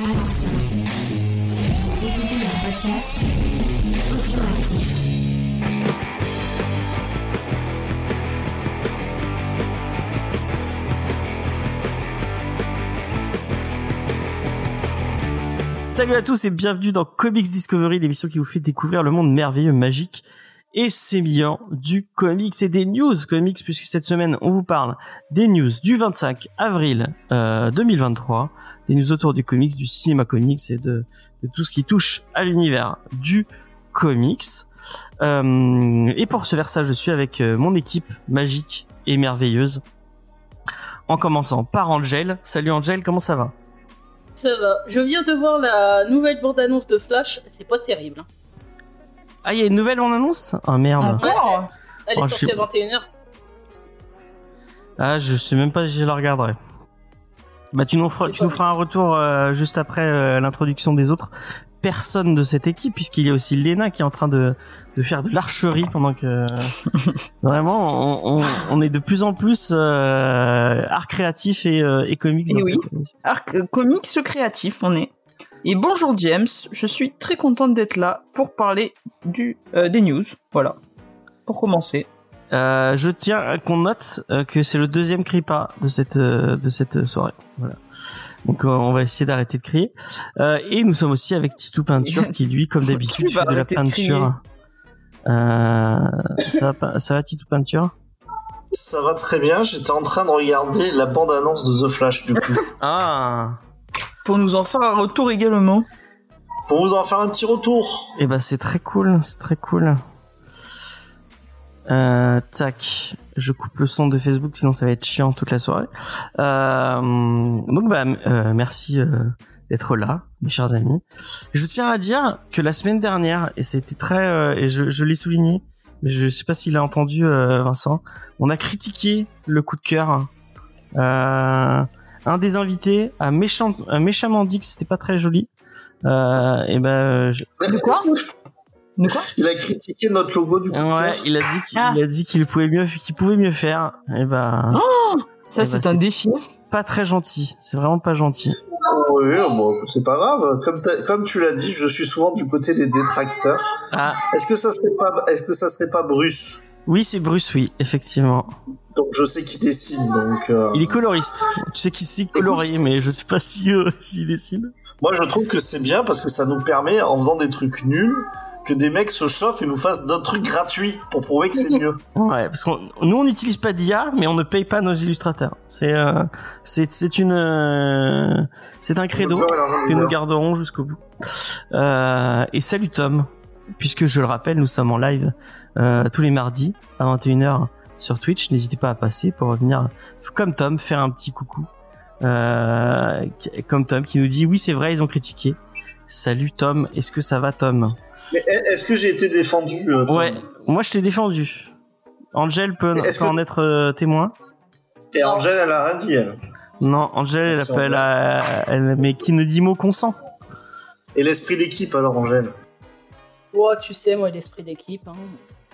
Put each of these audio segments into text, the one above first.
Attention, vous écoutez un podcast audioactif. Salut à tous et bienvenue dans Comics Discovery, l'émission qui vous fait découvrir le monde merveilleux, magique et sémillant du comics et des news comics, puisque cette semaine on vous parle des news du 25 avril 2023, des news autour du comics, du cinéma comics et de tout ce qui touche à l'univers du comics. Et pour ce faire ça, je suis avec mon équipe magique et merveilleuse, en commençant par Angel. Salut Angel, comment ça va ? Ça va. Je viens de voir la nouvelle bande-annonce de Flash, c'est pas terrible. Ah, il y a une nouvelle bande-annonce ? Ah merde. Encore ? Elle est Oh, sortie à 21h. Ah, je sais même pas si je la regarderai. Bah, tu nous feras un retour juste après l'introduction des autres personnes de cette équipe, puisqu'il y a aussi Léna qui est en train de faire de l'archerie pendant que vraiment on est de plus en plus art créatif et comics. Et oui, art comics créatif on est. Et bonjour James, je suis très contente d'être là pour parler des news. Voilà, pour commencer. Je tiens à qu'on note que c'est le deuxième Kripa de cette soirée. Voilà. Donc on va essayer d'arrêter de crier. Et nous sommes aussi avec Titou Peinture qui lui, comme d'habitude, fait de la peinture. Ça va Titou Peinture ? Ça va très bien. J'étais en train de regarder la bande-annonce de The Flash du coup. Ah. Pour nous en faire un retour également. Pour vous en faire un petit retour. Et bah c'est très cool, c'est très cool. Tac, je coupe le son de Facebook sinon ça va être chiant toute la soirée. Donc merci d'être là, mes chers amis. Je tiens à dire que la semaine dernière, et c'était très et je l'ai souligné, mais je sais pas s'il a entendu Vincent, on a critiqué le coup de cœur. Un des invités a méchamment dit que c'était pas très joli. De quoi? Il a critiqué notre logo du coup. Ouais, il a dit qu'il pouvait mieux faire. Et c'est un défi. Pas très gentil. C'est vraiment pas gentil. Oui, bon, c'est pas grave. Comme tu l'as dit, je suis souvent du côté des détracteurs. Ah. Est-ce que ça serait pas Bruce? Oui, c'est Bruce, oui, effectivement. Donc je sais qu'il dessine, donc. Il est coloriste. Tu sais qu'il sait colorer, mais je sais pas s'il dessine. Moi, je trouve que c'est bien parce que ça nous permet, en faisant des trucs nuls, que des mecs se chauffent et nous fassent d'autres trucs gratuits pour prouver que c'est mieux. Ouais, parce que nous on n'utilise pas d'IA, mais on ne paye pas nos illustrateurs. C'est un credo que nous garderons jusqu'au bout. Et salut Tom, puisque je le rappelle, nous sommes en live tous les mardis à 21h sur Twitch. N'hésitez pas à passer pour revenir comme Tom faire un petit coucou. Comme Tom qui nous dit oui c'est vrai ils ont critiqué. Salut Tom, est-ce que ça va Tom? Mais est-ce que j'ai été défendu Ouais, moi je t'ai défendu. Angel peut en être témoin. Et Angel elle a rien dit elle. Non, Angel elle mais qui ne dit mot consent. Et l'esprit d'équipe alors Angel? Ouais, tu sais moi l'esprit d'équipe. Hein.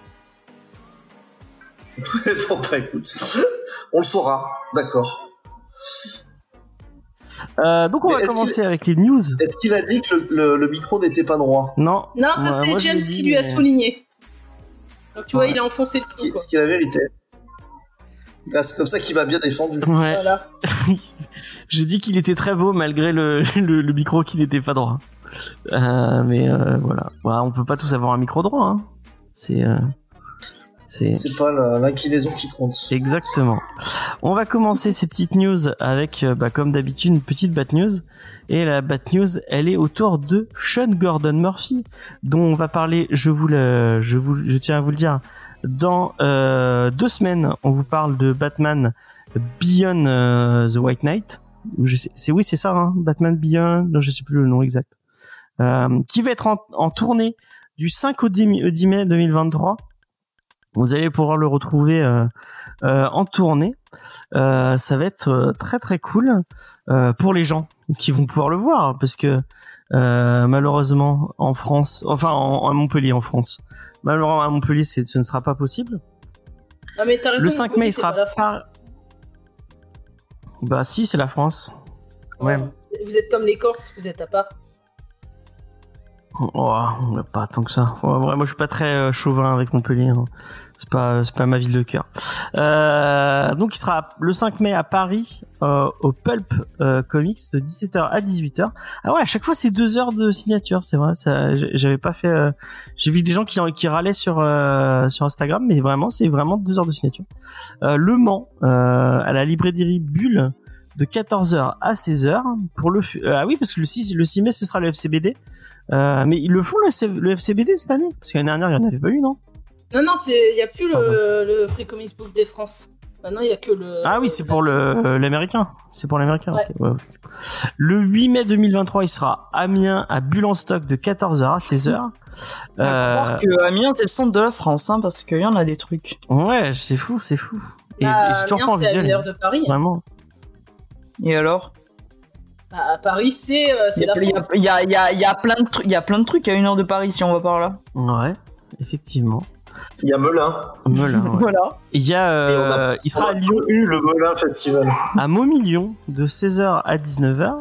Bon bah écoute, on le saura, d'accord. Donc on va commencer avec les news. Est-ce qu'il a dit que le micro n'était pas droit? Non. Non, ça c'est James qui lui a souligné. Donc tu vois, il a enfoncé le ce qui est la vérité. Ah, c'est comme ça qu'il m'a bien défendu. Ouais. Voilà. J'ai dit qu'il était très beau malgré le micro qui n'était pas droit. Mais voilà. Ouais, on peut pas tous avoir un micro droit. Hein. C'est pas l'inclinaison qui compte. Exactement. On va commencer ces petites news avec, comme d'habitude, une petite Bat News. Et la Bat News, elle est autour de Sean Gordon Murphy, dont on va parler, je tiens à vous le dire, dans 2 semaines, on vous parle de Batman Beyond the White Knight. C'est ça, hein, Batman Beyond, non, je sais plus le nom exact. Qui va être en tournée du 5 au 10 mai 2023. Vous allez pouvoir le retrouver en tournée. Ça va être très très cool pour les gens qui vont pouvoir le voir, parce que malheureusement en France, enfin à Montpellier en France, malheureusement à Montpellier ce ne sera pas possible. Ah, mais t'as raison, le 5 mai il sera pas. Bah si, c'est la France. Ouais. Vous êtes comme les Corses, vous êtes à part. Oh, pas tant que ça. Ouais, moi, je suis pas très chauvin avec Montpellier. Hein. C'est pas ma ville de cœur. Donc, il sera le 5 mai à Paris au Pulp Comics de 17h à 18h. Ah ouais, à chaque fois c'est 2 heures de signature, c'est vrai. Ça, j'avais pas fait. J'ai vu des gens qui râlaient sur Instagram, mais vraiment, c'est vraiment 2 heures de signature. Le Mans à la librairie Bulle de 14h à 16h pour le. Ah oui, parce que le 6 mai ce sera le FCBD. Mais ils le font le FCBD cette année parce qu'année dernière il n'y en avait pas eu, non? Non, il y a plus le Free Comics Book des France. Maintenant il y a que le. Ah oui, c'est pour l'américain. C'est pour l'américain. Ouais. Okay. Ouais. Le 8 mai 2023, il sera Amiens à Bulle en stock de 14h à 16h. Croire que Amiens c'est le centre de la France, hein, parce qu'il y en a des trucs. Ouais, c'est fou. Et j'ai toujours pas envie d'y aller. C'est à 1 heure de Paris. Hein. Vraiment. Et alors? Bah, à Paris, c'est la France. Il y a plein de trucs à 1 heure de Paris si on va par là. Ouais, effectivement. Il y a Melun. Ouais. Voilà. Il y a, il sera à Lyon. Eu le Melun Festival. À Montmillion de 16h à 19h.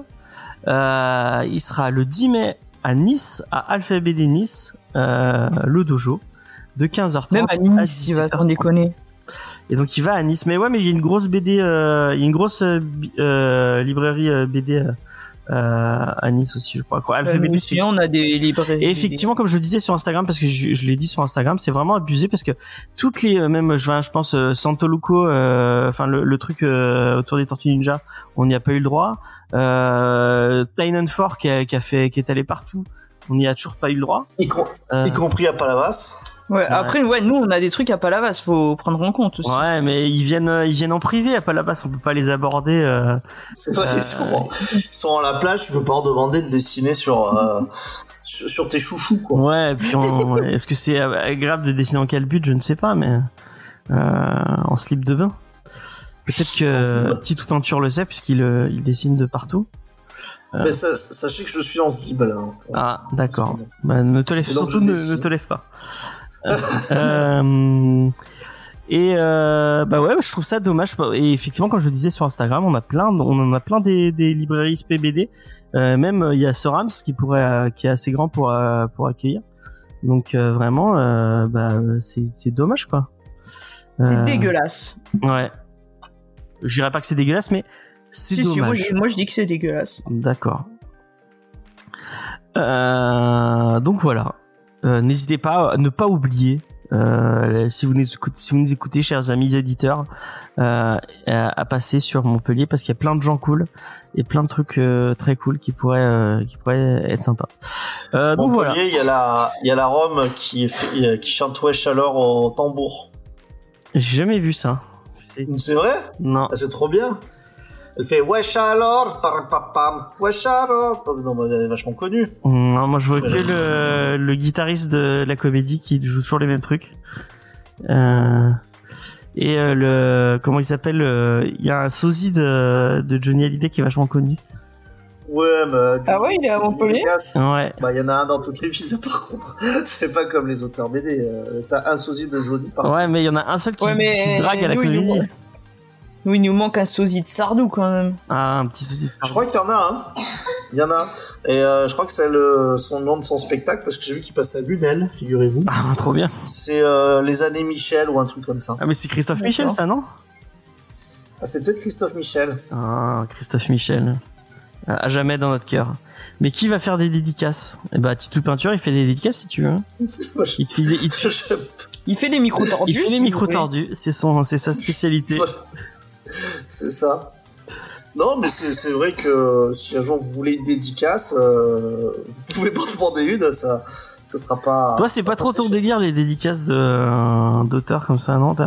Il sera le 10 mai à Nice, à Alpha BD Nice, le dojo, de 15h30 Même à Nice, il va s'en déconner. Et donc il va à Nice. Mais ouais, mais il y a une grosse BD, il y a une grosse librairie BD à Nice aussi, je crois. Alpha BD, aussi, on a des librairies. Et effectivement, comme je le disais sur Instagram, parce que je l'ai dit sur Instagram, c'est vraiment abusé parce que toutes les, même je pense Santoluco, enfin le truc autour des Tortues Ninja, on n'y a pas eu le droit. Titanfall qui est allé partout, on n'y a toujours pas eu le droit. Y compris à Palavas. Ouais, après, nous, on a des trucs à Palavas, faut prendre en compte aussi. Ouais, mais ils viennent en privé à Palavas, on peut pas les aborder. C'est vrai, ils sont à la plage, tu peux pas leur demander de dessiner sur tes chouchous, quoi. Ouais, et puis est-ce que c'est agréable de dessiner en calbut, je ne sais pas, mais en slip de bain. Peut-être que Titou Peinture le sait, puisqu'il dessine de partout. Mais sachez que je suis en slip, là. Ah, d'accord. Bah, ne te lève surtout, ne te lève pas. Bah ouais, je trouve ça dommage. Et effectivement, comme je le disais sur Instagram, on en a plein des librairies SPBD. Même il y a Sorams qui est assez grand pour accueillir. Donc vraiment, c'est dommage, quoi. C'est dégueulasse. Ouais. Je dirais pas que c'est dégueulasse, mais c'est dommage. Si, moi je dis que c'est dégueulasse. D'accord. Donc voilà. N'hésitez pas à ne pas oublier, si vous nous écoutez, chers amis éditeurs, à passer sur Montpellier parce qu'il y a plein de gens cool et plein de trucs très cool qui pourraient être sympas. Donc voilà. Il y a la Rome qui chante Wesh alors au tambour. J'ai jamais vu ça. C'est vrai? Non. Ah, c'est trop bien. Elle fait Wesh alors, pam, Wesh alors. Non, mais elle est vachement connue. Non, moi je vois que le guitariste de la comédie qui joue toujours les mêmes trucs. Et comment il s'appelle, il y a un sosie de Johnny Hallyday qui est vachement connu. Ouais, mais ah ouais, il est à Montpellier. Ouais. Bah, il y en a un dans toutes les villes, par contre. C'est pas comme les auteurs BD. T'as un sosie de Johnny, par contre. Ouais, mais il y en a un seul qui drague à la comédie. Oui, il nous manque un sosie de Sardou, quand même. Ah, un petit sosie de Sardou. Je crois qu'il y en a un. Il y en a. Et je crois que c'est son nom de son spectacle, parce que j'ai vu qu'il passait à Lunel, figurez-vous. Ah, trop bien. C'est Les Années Michel ou un truc comme ça. Ah, mais c'est Christophe Michel, ça, non? Ah, c'est peut-être Christophe Michel. Ah, Christophe Michel. À jamais dans notre cœur. Mais qui va faire des dédicaces? Eh bah, Titou Peinture, il fait des dédicaces si tu veux. Il fait des micros tordus. Il fait des micros tordus, c'est sa spécialité. C'est ça. Non, mais c'est vrai que si un jour vous voulez une dédicace, vous pouvez pas demander une, ça sera pas. Toi, c'est pas trop ton délire, les dédicaces d'auteurs comme ça, non?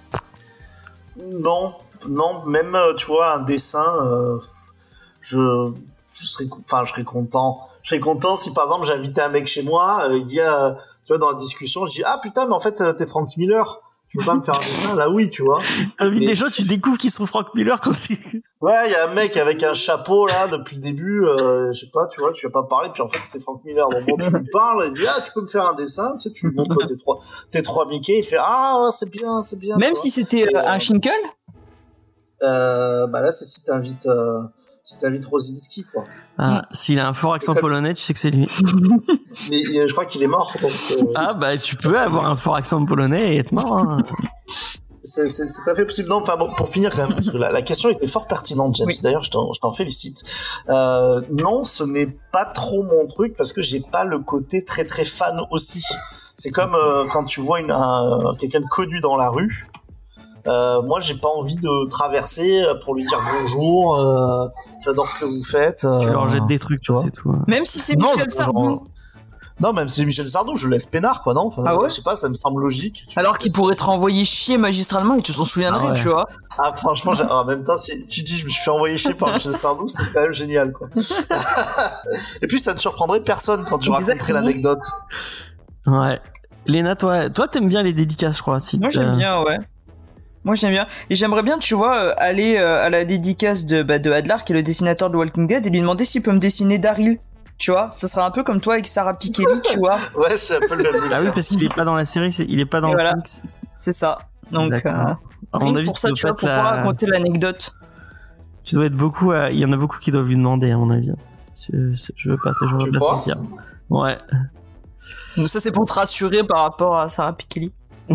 Non, même, tu vois, un dessin, je serais content. Je serais content si, par exemple, j'invitais un mec chez moi, il dit, tu vois, dans la discussion, je dis, ah putain, mais en fait, t'es Frank Miller. Tu peux pas me faire un dessin? Là, oui, tu vois. Des gens, tu découvres qu'ils sont Frank Miller quand c'est... Ouais, il y a un mec avec un chapeau, là, depuis le début, je sais pas, tu vois, tu vas pas parler, puis en fait, c'était Frank Miller. Donc, bon, tu lui parles, il dit, ah, tu peux me faire un dessin, tu sais, tu lui montres tes trois Mickey, il fait, ah, c'est bien. Même si c'était un Shinkel? Bah là, c'est si si t'invites Rosinski, quoi. Ah, s'il a un fort accent polonais, tu sais que c'est lui. Mais je crois qu'il est mort, donc. Ah bah tu peux avoir un fort accent polonais et être mort. Hein. C'est tout à fait possible. Non, enfin bon, pour finir quand même, parce que la question était fort pertinente, James. Oui. D'ailleurs, je t'en félicite. Non, ce n'est pas trop mon truc parce que j'ai pas le côté très très fan aussi. C'est comme quand tu vois quelqu'un de connu dans la rue. Moi, j'ai pas envie de traverser pour lui dire bonjour. J'adore ce que vous faites. Tu leur jettes des trucs, tu vois. c'est tout. Hein. Même si c'est Non, Michel Sardou. Non, même si c'est Michel Sardou, je laisse peinard, quoi, non? Enfin, Ah ouais? je sais pas, ça me semble logique. Alors qu'il pourrait te renvoyer chier magistralement et tu t'en souviendrais, Ah ouais. tu vois. Ah, franchement, en même temps, si tu dis je me suis fait envoyer chier par Michel Sardou, c'est quand même génial, quoi. Et puis, ça ne surprendrait personne quand tu raconterais Exactement. l'anecdote. Ouais. Léna, toi t'aimes bien les dédicaces, je crois. Si Moi j'aime bien, ouais. Moi j'aime bien. Et j'aimerais bien, tu vois, aller à la dédicace de Adlar, qui est le dessinateur de Walking Dead, et lui demander s'il peut me dessiner Daryl. Tu vois, ça sera un peu comme toi avec Sarah Pikeli, tu vois. Ouais, c'est un peu le même délire. Ah oui, parce qu'il est pas dans la série, il est pas dans Et le voilà. comics. C'est ça. Donc, D'accord. À rien mon que avis, pour ça, tu tu dois vois, pas pour être pouvoir la- raconter l'anecdote. Tu dois être beaucoup. Il y en a beaucoup qui doivent lui demander, à mon avis. Je veux pas te Tu te crois mentir. Ouais. Donc ça, c'est pour te rassurer par rapport à Sarah Pikeli.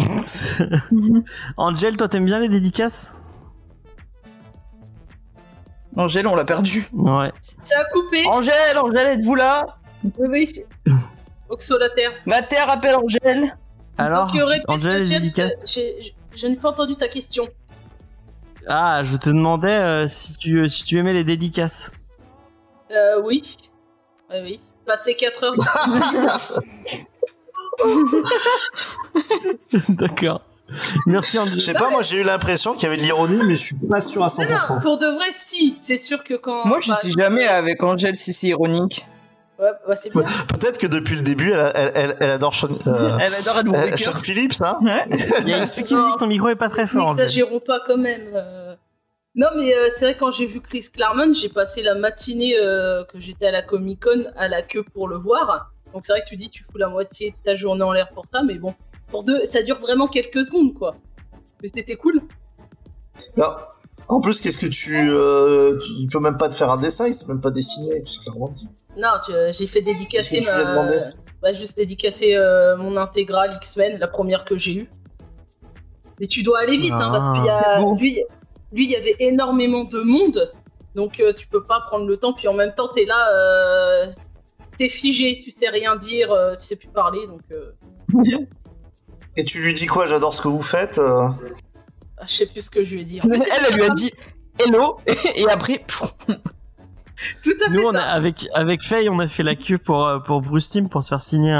Angel, toi t'aimes bien les dédicaces? Angèle, on l'a perdu. Ouais. Ça a coupé. Angèle, êtes-vous là? Oui, oui. Oxolater. Ma terre appelle Angèle. Alors, Donc, répète, Angel, les James, dédicaces? je n'ai pas entendu ta question. Ah, je te demandais si tu aimais les dédicaces. Oui. Oui. Passer 4 heures. D'accord. Merci Angel. Je sais pas, moi j'ai eu l'impression qu'il y avait de l'ironie, mais je suis pas sûr à Non, 100%. pour de vrai, si. C'est sûr que quand. Moi, je bah, sais jamais avec Angèle si c'est ironique. Ouais, bah, c'est bien. Peut-être que depuis le début, elle adore Sean, Elle adore Ed Woodpecker. Sean Phillips, hein. Ouais. Il y a XP qui me dit que ton micro est pas très fort. Angel. N'exagérons pas quand même. Non, mais c'est vrai, quand j'ai vu Chris Claremont, j'ai passé la matinée que j'étais à la Comic-Con à la queue pour le voir. Donc c'est vrai que tu dis, tu fous la moitié de ta journée en l'air pour ça, mais bon, pour deux, ça dure vraiment quelques secondes, quoi. Mais c'était cool. Non. En plus, qu'est-ce que il peut même pas te faire un dessin, il sait même pas dessiner, Chris Claremont. Non, j'ai fait dédicacer Qu'est-ce que tu lui as demandé juste dédicacer mon intégrale X-Men, la première que j'ai eue. Mais tu dois aller vite, hein, parce qu'il y c'est a beau. lui, il y avait énormément de monde, donc tu peux pas prendre le temps. Puis en même temps, t'es là, t'es figé, tu sais rien dire, tu sais plus parler, donc Et tu lui dis quoi? J'adore ce que vous faites. je sais plus ce que je lui ai dit. Elle lui a dit hello et après. Tout à fait Nous, on a, ça. avec Faye, on a fait la queue pour Bruce Timm pour se faire signer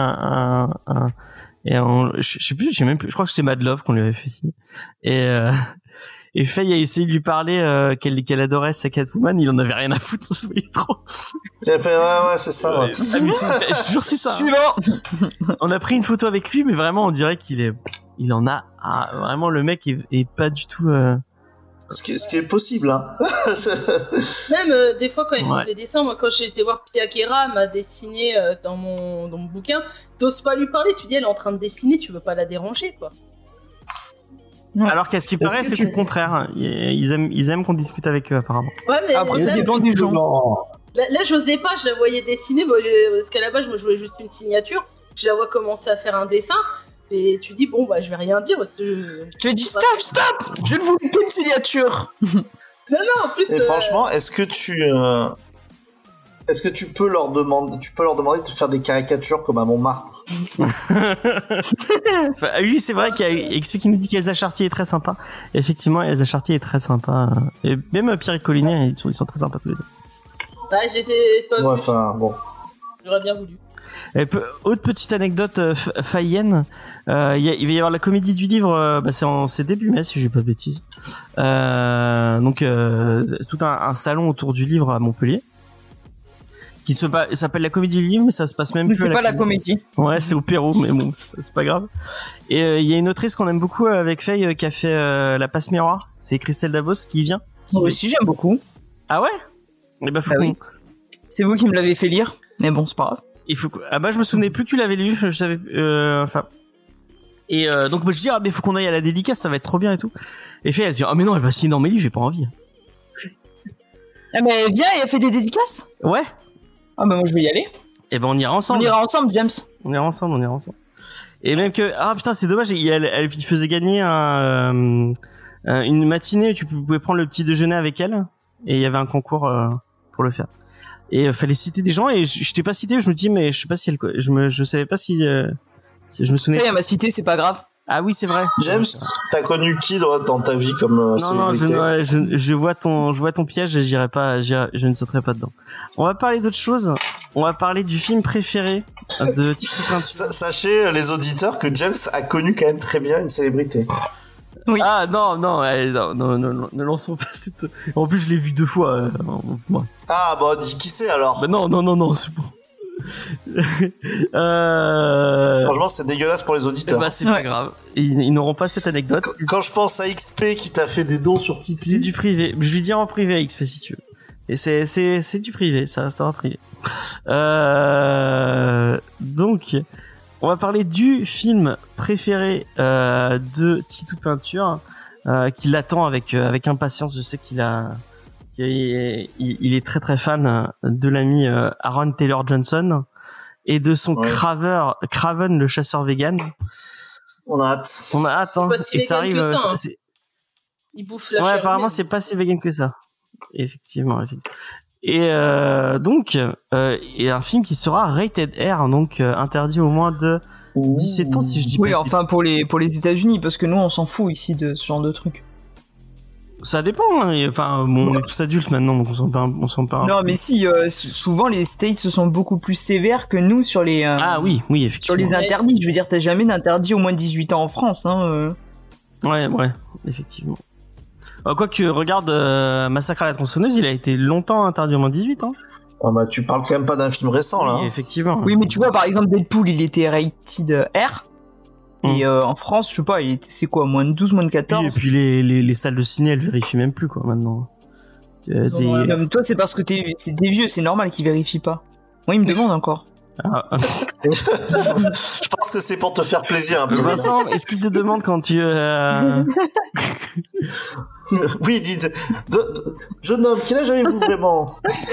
je sais plus, je crois que c'était Mad Love qu'on lui avait fait signer. Et Faye a essayé de lui parler qu'elle adorait sa Catwoman, il en avait rien à foutre, ça se voyait trop. J'ai fait, ouais, c'est ça, ouais. Ah, mais je te jure, c'est ça. Suivant. On a pris une photo avec lui, mais vraiment, on dirait il en a, vraiment, le mec est pas du tout, Ce qui est possible, hein. Même des fois quand ils font Ouais. des dessins, moi quand j'ai été voir Pia Guerra m'a dessiné dans mon bouquin, t'oses pas lui parler, tu dis elle est en train de dessiner, tu veux pas la déranger, quoi. Alors qu'à ce qui paraît, c'est le contraire. Ils aiment qu'on discute avec eux, apparemment. Ouais, mais Après, là, ça dépend du genre. là, j'osais pas, je la voyais dessiner, parce qu'à la base, je me jouais juste une signature, je la vois commencer à faire un dessin, et tu dis, bon, bah, je vais rien dire, parce que Je te dis stop. Je ne voulais qu'une signature. Non, en plus... Et franchement, est-ce que tu peux leur demander de faire des caricatures comme à Montmartre? Oui, c'est vrai qu'il explique, il nous dit qu'Elsa Chartier est très sympa. Et effectivement, Elsa Chartier est très sympa. Et même Pierre et Collinet, ils sont très sympas tous les deux. Ouais, je les ai pas Ouais, vus, enfin, bon. j'aurais bien voulu. Et autre petite anecdote faïenne, il va y avoir la comédie du livre, c'est début mai si je dis pas de bêtises. Donc tout un salon autour du livre à Montpellier, qui s'appelle la comédie du livre, mais ça se passe même Mais plus. c'est à pas la comédie. Ouais, c'est au Pérou, mais bon, c'est pas grave. Et il y a une autrice qu'on aime beaucoup avec Faye qui a fait La Passe Miroir, c'est Christelle Dabos qui vient. Moi aussi, j'aime beaucoup. Ah ouais? Eh ben, faut Bah oui. C'est vous qui me l'avez fait lire, mais bon, c'est pas grave. Ah bah je me souvenais plus que tu l'avais lu, je savais enfin et donc moi je dis mais faut qu'on aille à la dédicace, ça va être trop bien et tout. Et Faye elle dit mais non, elle va signer dans mes livres, j'ai pas envie. Ah, mais viens, il a fait des dédicaces. Ouais. Ah, bah moi je vais y aller. Et ben on ira ensemble. On ira ensemble, James. On ira ensemble. Et même que putain c'est dommage, elle faisait gagner une matinée où tu pouvais prendre le petit déjeuner avec elle et il y avait un concours pour le faire. Et fallait citer des gens et je t'ai pas cité, je me dis mais je sais pas si je savais pas si je me souvenais. Ça y est, elle m'a cité, c'est pas grave. Ah oui, c'est vrai. James, t'as connu qui dans ta vie comme célébrité? Je vois ton piège et je ne sauterai pas dedans. On va parler d'autre chose. On va parler du film préféré de Tito Peinture. Sachez, les auditeurs, que James a connu quand même très bien une célébrité. Oui. Ah non, ne lançons pas cette... En plus, je l'ai vu 2 fois. Moi. Ah bah dis qui c'est alors. Bah non, c'est bon. Franchement, c'est dégueulasse pour les auditeurs. Bah c'est pas grave. Ils n'auront pas cette anecdote. Quand je pense à XP qui t'a fait des dons sur Tipeee. C'est du privé. Je lui dirai en privé à XP si tu veux. Et c'est du privé, ça restera privé. Donc, on va parler du film préféré de Tito Peinture, qui l'attend avec impatience. Je sais qu'il est très très fan de l'ami Aaron Taylor Johnson et de son Craven le chasseur vegan. On a hâte. Hein. Pas si et ça arrive. que ça, hein. Il bouffe la chair. Apparemment c'est pas si vegan que ça. Effectivement. Et donc et un film qui sera rated R, donc interdit au moins de 17 ans si je dis pas. Oui, enfin pour les États-Unis, parce que nous on s'en fout ici de ce genre de truc. Ça dépend, hein. Enfin, on est tous adultes maintenant, donc on s'en parle. Non, mais si, souvent les States sont beaucoup plus sévères que nous sur les. Ah oui, effectivement. Sur les interdits. Je veux dire, t'as jamais d'interdit au moins de 18 ans en France, hein. Ouais, effectivement. Quoi que tu regardes Massacre à la tronçonneuse, il a été longtemps interdit au moins de 18 ans. Ah bah tu parles quand même pas d'un film récent là. Oui, effectivement. Oui, mais tu vois, par exemple, Deadpool, il était rated R. Et en France, je sais pas, c'est quoi, moins de 12, moins de 14? Oui, et puis les salles de ciné, elles vérifient même plus, quoi, maintenant. Comme toi, c'est parce que c'est des vieux, c'est normal qu'ils vérifient pas. Moi, ils me demandent encore. Je pense que c'est pour te faire plaisir un peu. Vincent, est-ce qu'il te demande quand tu... Oui, dites... Jeune homme, quel âge avez-vous vraiment?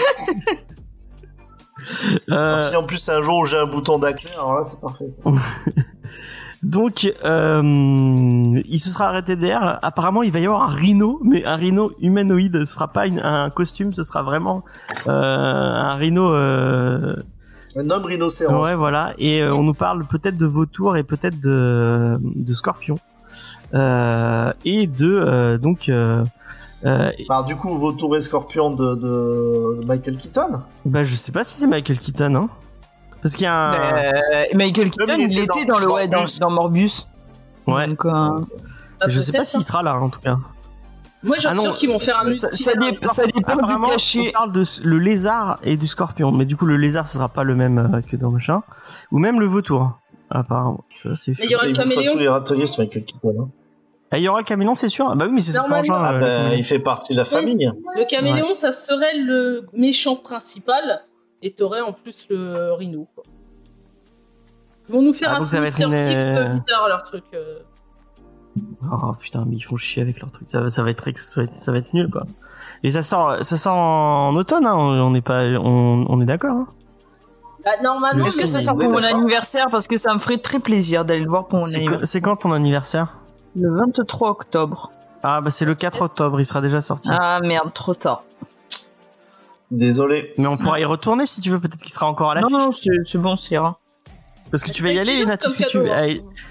Si en plus c'est un jour où j'ai un bouton d'acné, alors là c'est parfait. Donc, il se sera arrêté d'air. Apparemment, il va y avoir un rhino, mais un rhino humanoïde. Ce sera pas un costume, ce sera vraiment un rhino. Un homme rhinocéros. Ouais, voilà. Et on nous parle peut-être de vautour et peut-être de scorpion. Et de donc. Alors du coup, vautour et scorpion de Michael Keaton. Bah, je sais pas si c'est Michael Keaton, hein. Parce qu'il y a un... Michael Keaton, il était dans Morbius. Ouais. Donc, je sais pas s'il sera là, en tout cas. Moi, j'en suis sûr qu'ils vont faire un ça dépend du cachet. On parle de le lézard et du scorpion, mais du coup le lézard ce sera pas le même que dans machin, ou même le vautour. Apparemment, c'est mais il y aura le caméléon. Tous les râteliers, c'est Michael Keaton. Hein. Il y aura le caméléon, c'est sûr. Bah oui, mais c'est son frangin. Il fait partie de la famille. Le caméléon, ça serait le méchant principal, et t'aurais en plus le rhino. Quoi. Ils vont nous faire un Sinister Six bizarre leur truc. Oh putain, mais ils font chier avec leur truc. Ça va être nul, quoi. Et ça sort en automne, hein. On est d'accord, hein. Bah, normalement. Est-ce que ça sort pour mon anniversaire? Parce que ça me ferait très plaisir d'aller le voir pour mon anniversaire. C'est quand ton anniversaire? Le 23 octobre. Ah bah c'est le 4 octobre, il sera déjà sorti. Ah merde, trop tard. Désolé. Mais on pourra y retourner si tu veux, peut-être qu'il sera encore à l'affiche. Non, c'est bon, c'est rare. Parce que tu vas y aller, Léna, est-ce que tu veux...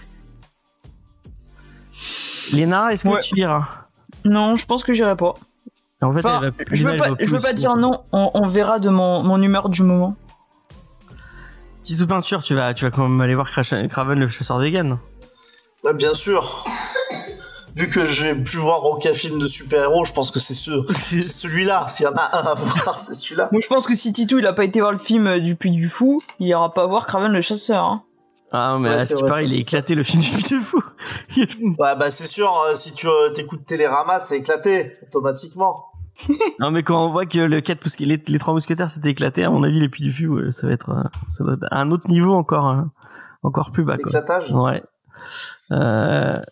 Léna, est-ce que tu iras? Non, je pense que j'irai pas. En fait, enfin, je veux pas dire non, on verra de mon humeur du moment. Tito Peinture, tu vas quand même aller voir Craven le chasseur vegan. Bah, bien sûr. Vu que j'ai pu voir aucun film de super-héros, je pense que c'est celui-là. S'il y en a un à voir, c'est celui-là. Moi, je pense que si Tito il a pas été voir le film du Puy du Fou, il ira pas voir Craven le chasseur. Hein. Ah, mais ouais, là, pareil, il est éclaté le film du Puy du Fou. Ouais, bah c'est sûr, si tu t'écoutes Télérama, c'est éclaté, automatiquement. Non, mais quand on voit que les 3 mousquetaires s'étaient éclatés, à mon avis, les Puy du Fou, ça doit être un autre niveau encore plus bas, quoi. Éclatage. Ouais.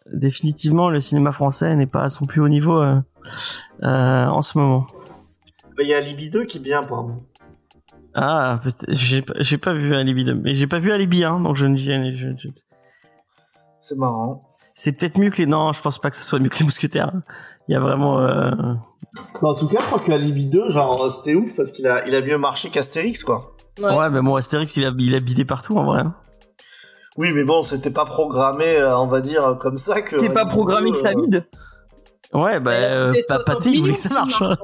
Définitivement, le cinéma français n'est pas à son plus haut niveau en ce moment. Bah, il y a Alibi 2 qui est bien, apparemment. Ah, peut-être, j'ai pas vu Alibi 2, mais j'ai pas vu Alibi 1, donc je ne dis, C'est marrant. c'est peut-être mieux que les, non, je pense pas que ce soit mieux que les Mousquetaires. Il y a vraiment, En tout cas, je crois que Alibi 2, genre, c'était ouf parce qu'il a mieux marché qu'Astérix, quoi. ouais, mais bon, Astérix, il a bidé partout, en vrai. Oui, mais bon, c'était pas programmé, on va dire, comme ça que. C'était pas Alibi programmé 2, que ça vide. Ouais, bah, Pathé, il voulait que ça marche. Hein.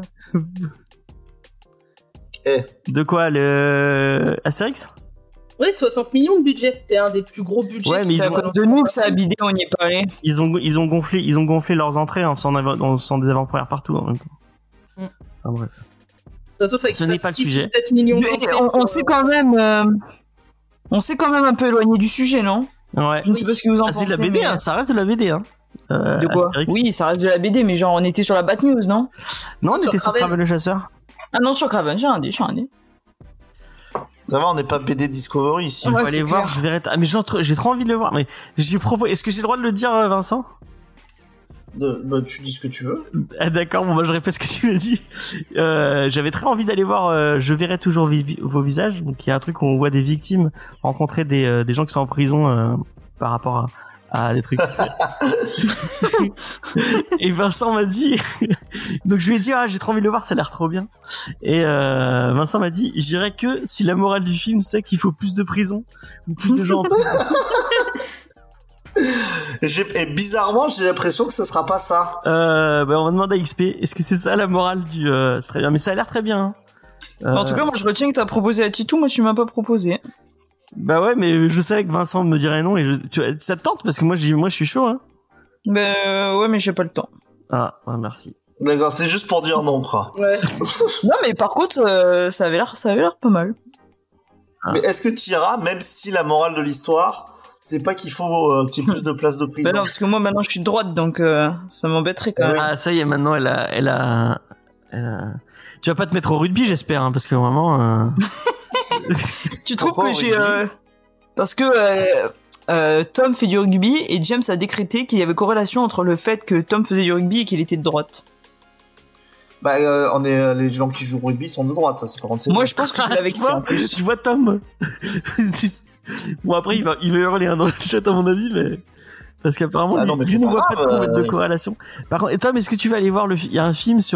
De quoi, le Astérix? Oui, 60 millions de budget. C'est un des plus gros budgets. Ouais, mais C'est à cause de nous que ça a bidé, on n'y est pas allé. Ils ont gonflé leurs entrées en faisant des avant-premières partout en même temps. Enfin, bref. Ce n'est pas le sujet. On s'est quand même, un peu éloigné du sujet, non? Ouais. Je ne sais pas ce que vous en pensez. C'est de la BD, mais... hein, ça reste de la BD. Hein. De quoi? Astérix. Oui, ça reste de la BD, mais genre on était sur la Bat News, non? Non, on était sur Kraven le chasseur. Ah non, sur Kraven, j'ai un dé. Ça va, on n'est pas BD Discovery ici. On Ouais, va aller c'est voir, clair. je verrai. Ah, mais j'ai trop envie de le voir. Mais est-ce que j'ai le droit de le dire, Vincent? Bah, tu dis ce que tu veux. Ah, d'accord, bon, bah, je répète ce que tu m'as dit. J'avais très envie d'aller voir Je verrai toujours vos visages. Donc, il y a un truc où on voit des victimes rencontrer des gens qui sont en prison par rapport à des trucs. Et Vincent m'a dit, donc je lui ai dit, j'ai trop envie de le voir, ça a l'air trop bien. Et Vincent m'a dit, j'irai que si la morale du film c'est qu'il faut plus de prison ou plus de gens en prison. Et bizarrement, j'ai l'impression que ça sera pas ça. On va demander à XP, est-ce que c'est ça la morale du... c'est très bien, mais ça a l'air très bien. En tout cas, moi je retiens que t'as proposé à Titou, moi tu m'as pas proposé. Bah ouais, mais je savais que Vincent me dirait non et ça te tente parce que moi je suis chaud. Hein. Ouais, mais j'ai pas le temps. Ah, ouais, merci. D'accord, c'était juste pour dire non, quoi. Ouais. Non, mais par contre, ça avait l'air pas mal. Mais est-ce que tu iras, même si la morale de l'histoire, c'est pas qu'il faut qu'il y ait plus de places de prison? Bah non, parce que moi maintenant je suis de droite, donc ça m'embêterait quand même. Ah, ça y est, maintenant elle a... Tu vas pas te mettre au rugby, j'espère, hein, parce que vraiment... Tu trouves Pourquoi que j'ai... Parce que Tom fait du rugby et James a décrété qu'il y avait corrélation entre le fait que Tom faisait du rugby et qu'il était de droite. Bah, les gens qui jouent au rugby sont de droite, ça, c'est pas contre. Moi je pense que je l'avais avec ça en plus. Tu vois Tom. Bon, après il va hurler dans le chat à mon avis, mais... Parce qu'apparemment, non, mais lui c'est ne pas voit pas grave, de corrélation. Par contre, et Tom, est-ce que tu vas aller voir il y a un film sur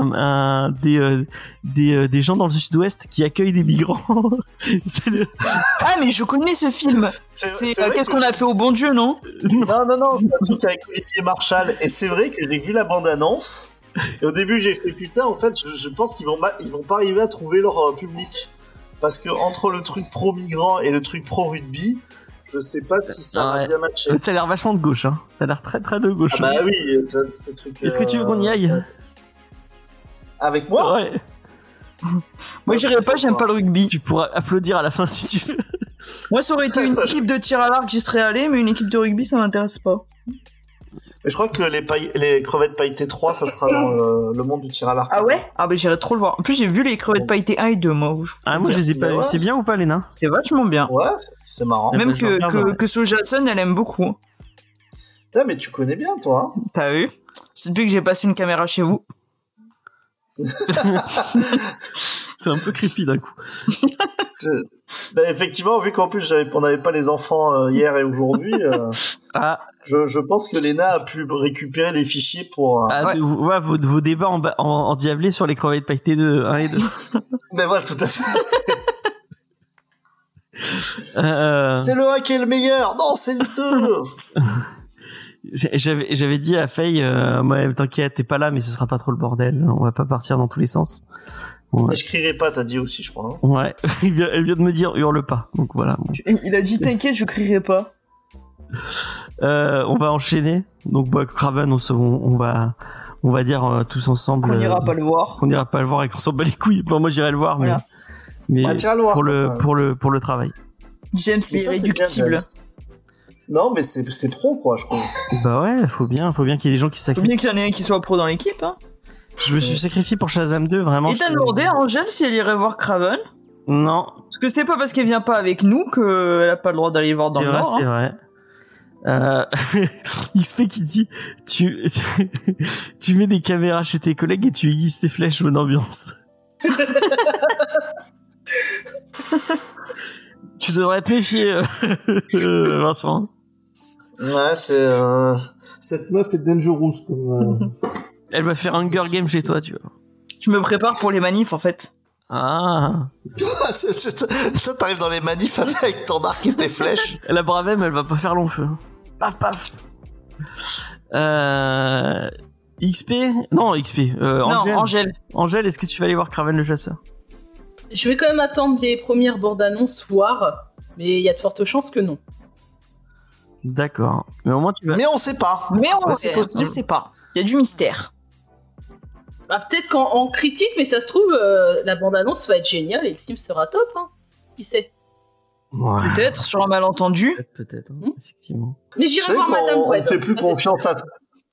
des gens dans le sud-ouest qui accueillent des migrants. Ah mais je connais ce film. C'est vrai qu'est-ce que qu'on a fait au bon Dieu, non? Non, c'est un truc avec Olivier Marshall. Et c'est vrai que j'ai vu la bande-annonce. Et au début, j'ai fait putain, en fait, je pense qu'ils vont pas arriver à trouver leur public. Parce que entre le truc pro-migrant et le truc pro-rugby, je sais pas si ça va bien matcher. Ça a l'air vachement de gauche, hein. Ça a l'air très très de gauche. Ah bah oui, ce truc. Est-ce que tu veux qu'on y aille? Avec moi? Ouais. Moi j'irai pas, j'aime pas le rugby. Tu pourras applaudir à la fin si tu veux. Moi ça aurait été une équipe de tir à l'arc, j'y serais allé, mais une équipe de rugby ça m'intéresse pas. Mais je crois que les crevettes pailletées 3, ça sera dans le monde du tir à l'arc. Ah ouais? Ah bah j'irai trop le voir. En plus j'ai vu les crevettes pailletées 1 et 2 moi. Moi je les ai pas vus. Ouais. C'est bien ou pas, Léna? C'est vachement bien. Ouais, c'est marrant. Même je regarde, que Sojason elle aime beaucoup. Putain, mais tu connais bien, toi. Hein. T'as vu? C'est depuis que j'ai passé une caméra chez vous. C'est un peu creepy d'un coup. Bah, effectivement, vu qu'en plus on n'avait pas les enfants hier et aujourd'hui, je pense que Léna a pu récupérer des fichiers pour. Vos débats en diablé sur les crevettes pailletées de 1 et 2. Mais voilà, tout à fait. C'est le 1 qui est le meilleur. Non, c'est le 2. J'avais dit à Faye, t'inquiète, t'es pas là, mais ce sera pas trop le bordel. On va pas partir dans tous les sens. Ouais. Et je crierai pas, t'as dit aussi, je crois. Hein. Ouais, elle vient de me dire hurle pas. Donc voilà. Bon. Il a dit t'inquiète, je crierai pas. On va enchaîner. Donc Kraven, on va dire tous ensemble qu'on n'ira pas le voir. Qu'on n'ira pas le voir et qu'on s'en bat les couilles. Bon, moi j'irai le voir, voilà. mais pour le travail. James est irréductible. Non, mais c'est pro, quoi, je crois. Bah ouais, faut bien qu'il y ait des gens qui se sacrifient. Faut bien qu'il y en ait un qui soit pro dans l'équipe, hein. Je me suis sacrifié pour Shazam 2, vraiment. Et t'as demandé à Angèle si elle irait voir Kraven? Non. Parce que c'est pas parce qu'elle vient pas avec nous qu'elle a pas le droit d'aller voir dans le Nord. C'est vrai. XP qui dit tu mets des caméras chez tes collègues et tu aiguises tes flèches bonne ambiance. Tu devrais te méfier, Vincent. Ouais, c'est cette meuf est dangerous comme. Elle va faire Hunger Game chez toi, tu vois. Je me prépare pour les manifs en fait. Ah. Toi, t'arrives dans les manifs avec ton arc et tes flèches. La Bravem, elle va pas faire long feu. Paf, paf. XP? Non, XP. Angèle. Non, Angèle. Angèle, est-ce que tu vas aller voir Kraven le chasseur? Je vais quand même attendre les premières bandes annonces, voir, mais il y a de fortes chances que non. D'accord. Mais au moins tu vas. Mais on sait pas. Mais on Ouais, ne sait pas. Il y a du mystère. Bah, peut-être qu'en critique, mais ça se trouve, la bande annonce va être géniale et le film sera top, hein. Qui sait? Ouais. Peut-être sur un malentendu. Peut-être, Hmm. effectivement. Mais C'est j'irai vrai voir Madame qu'on Web. ne fait plus Ça, c'est confiance à.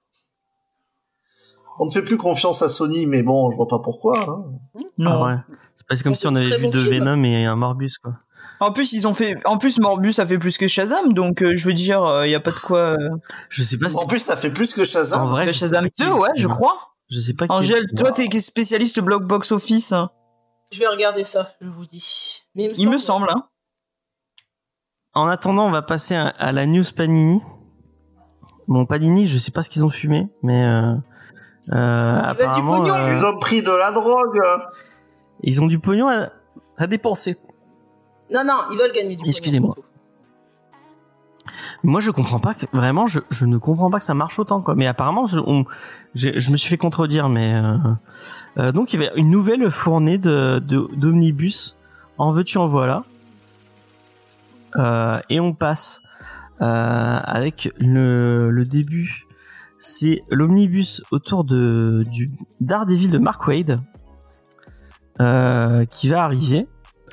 On ne fait plus confiance à Sony, mais bon, je vois pas pourquoi. Hein. Non. Ah ouais. C'est pas comme si on avait Très vu bon deux film. Venom et un Morbus, quoi. En plus, Morbus a fait plus que Shazam, donc je veux dire, il y a pas de quoi. Je sais pas si. En plus, ça fait plus que Shazam. En vrai, je sais Shazam pas qui 2, est- ouais, je crois. Je sais pas qui. Angèle, toi, t'es spécialiste block box office. Hein. Je vais regarder ça, je vous dis. Mais Il me semble, hein. En attendant, on va passer à la news Panini. Bon, Panini, je sais pas ce qu'ils ont fumé, mais apparemment, pognon. Ils ont pris de la drogue. ils ont du pognon à dépenser. Non, ils veulent gagner du pognon. Excusez-moi. surtout. Moi, je comprends pas vraiment, je ne comprends pas que ça marche autant, quoi. Mais apparemment, je me suis fait contredire, mais donc il y avait une nouvelle fournée d'omnibus. En veux-tu, en voilà. Et on passe avec le début. C'est l'omnibus autour du Daredevil de Mark Waid qui va arriver.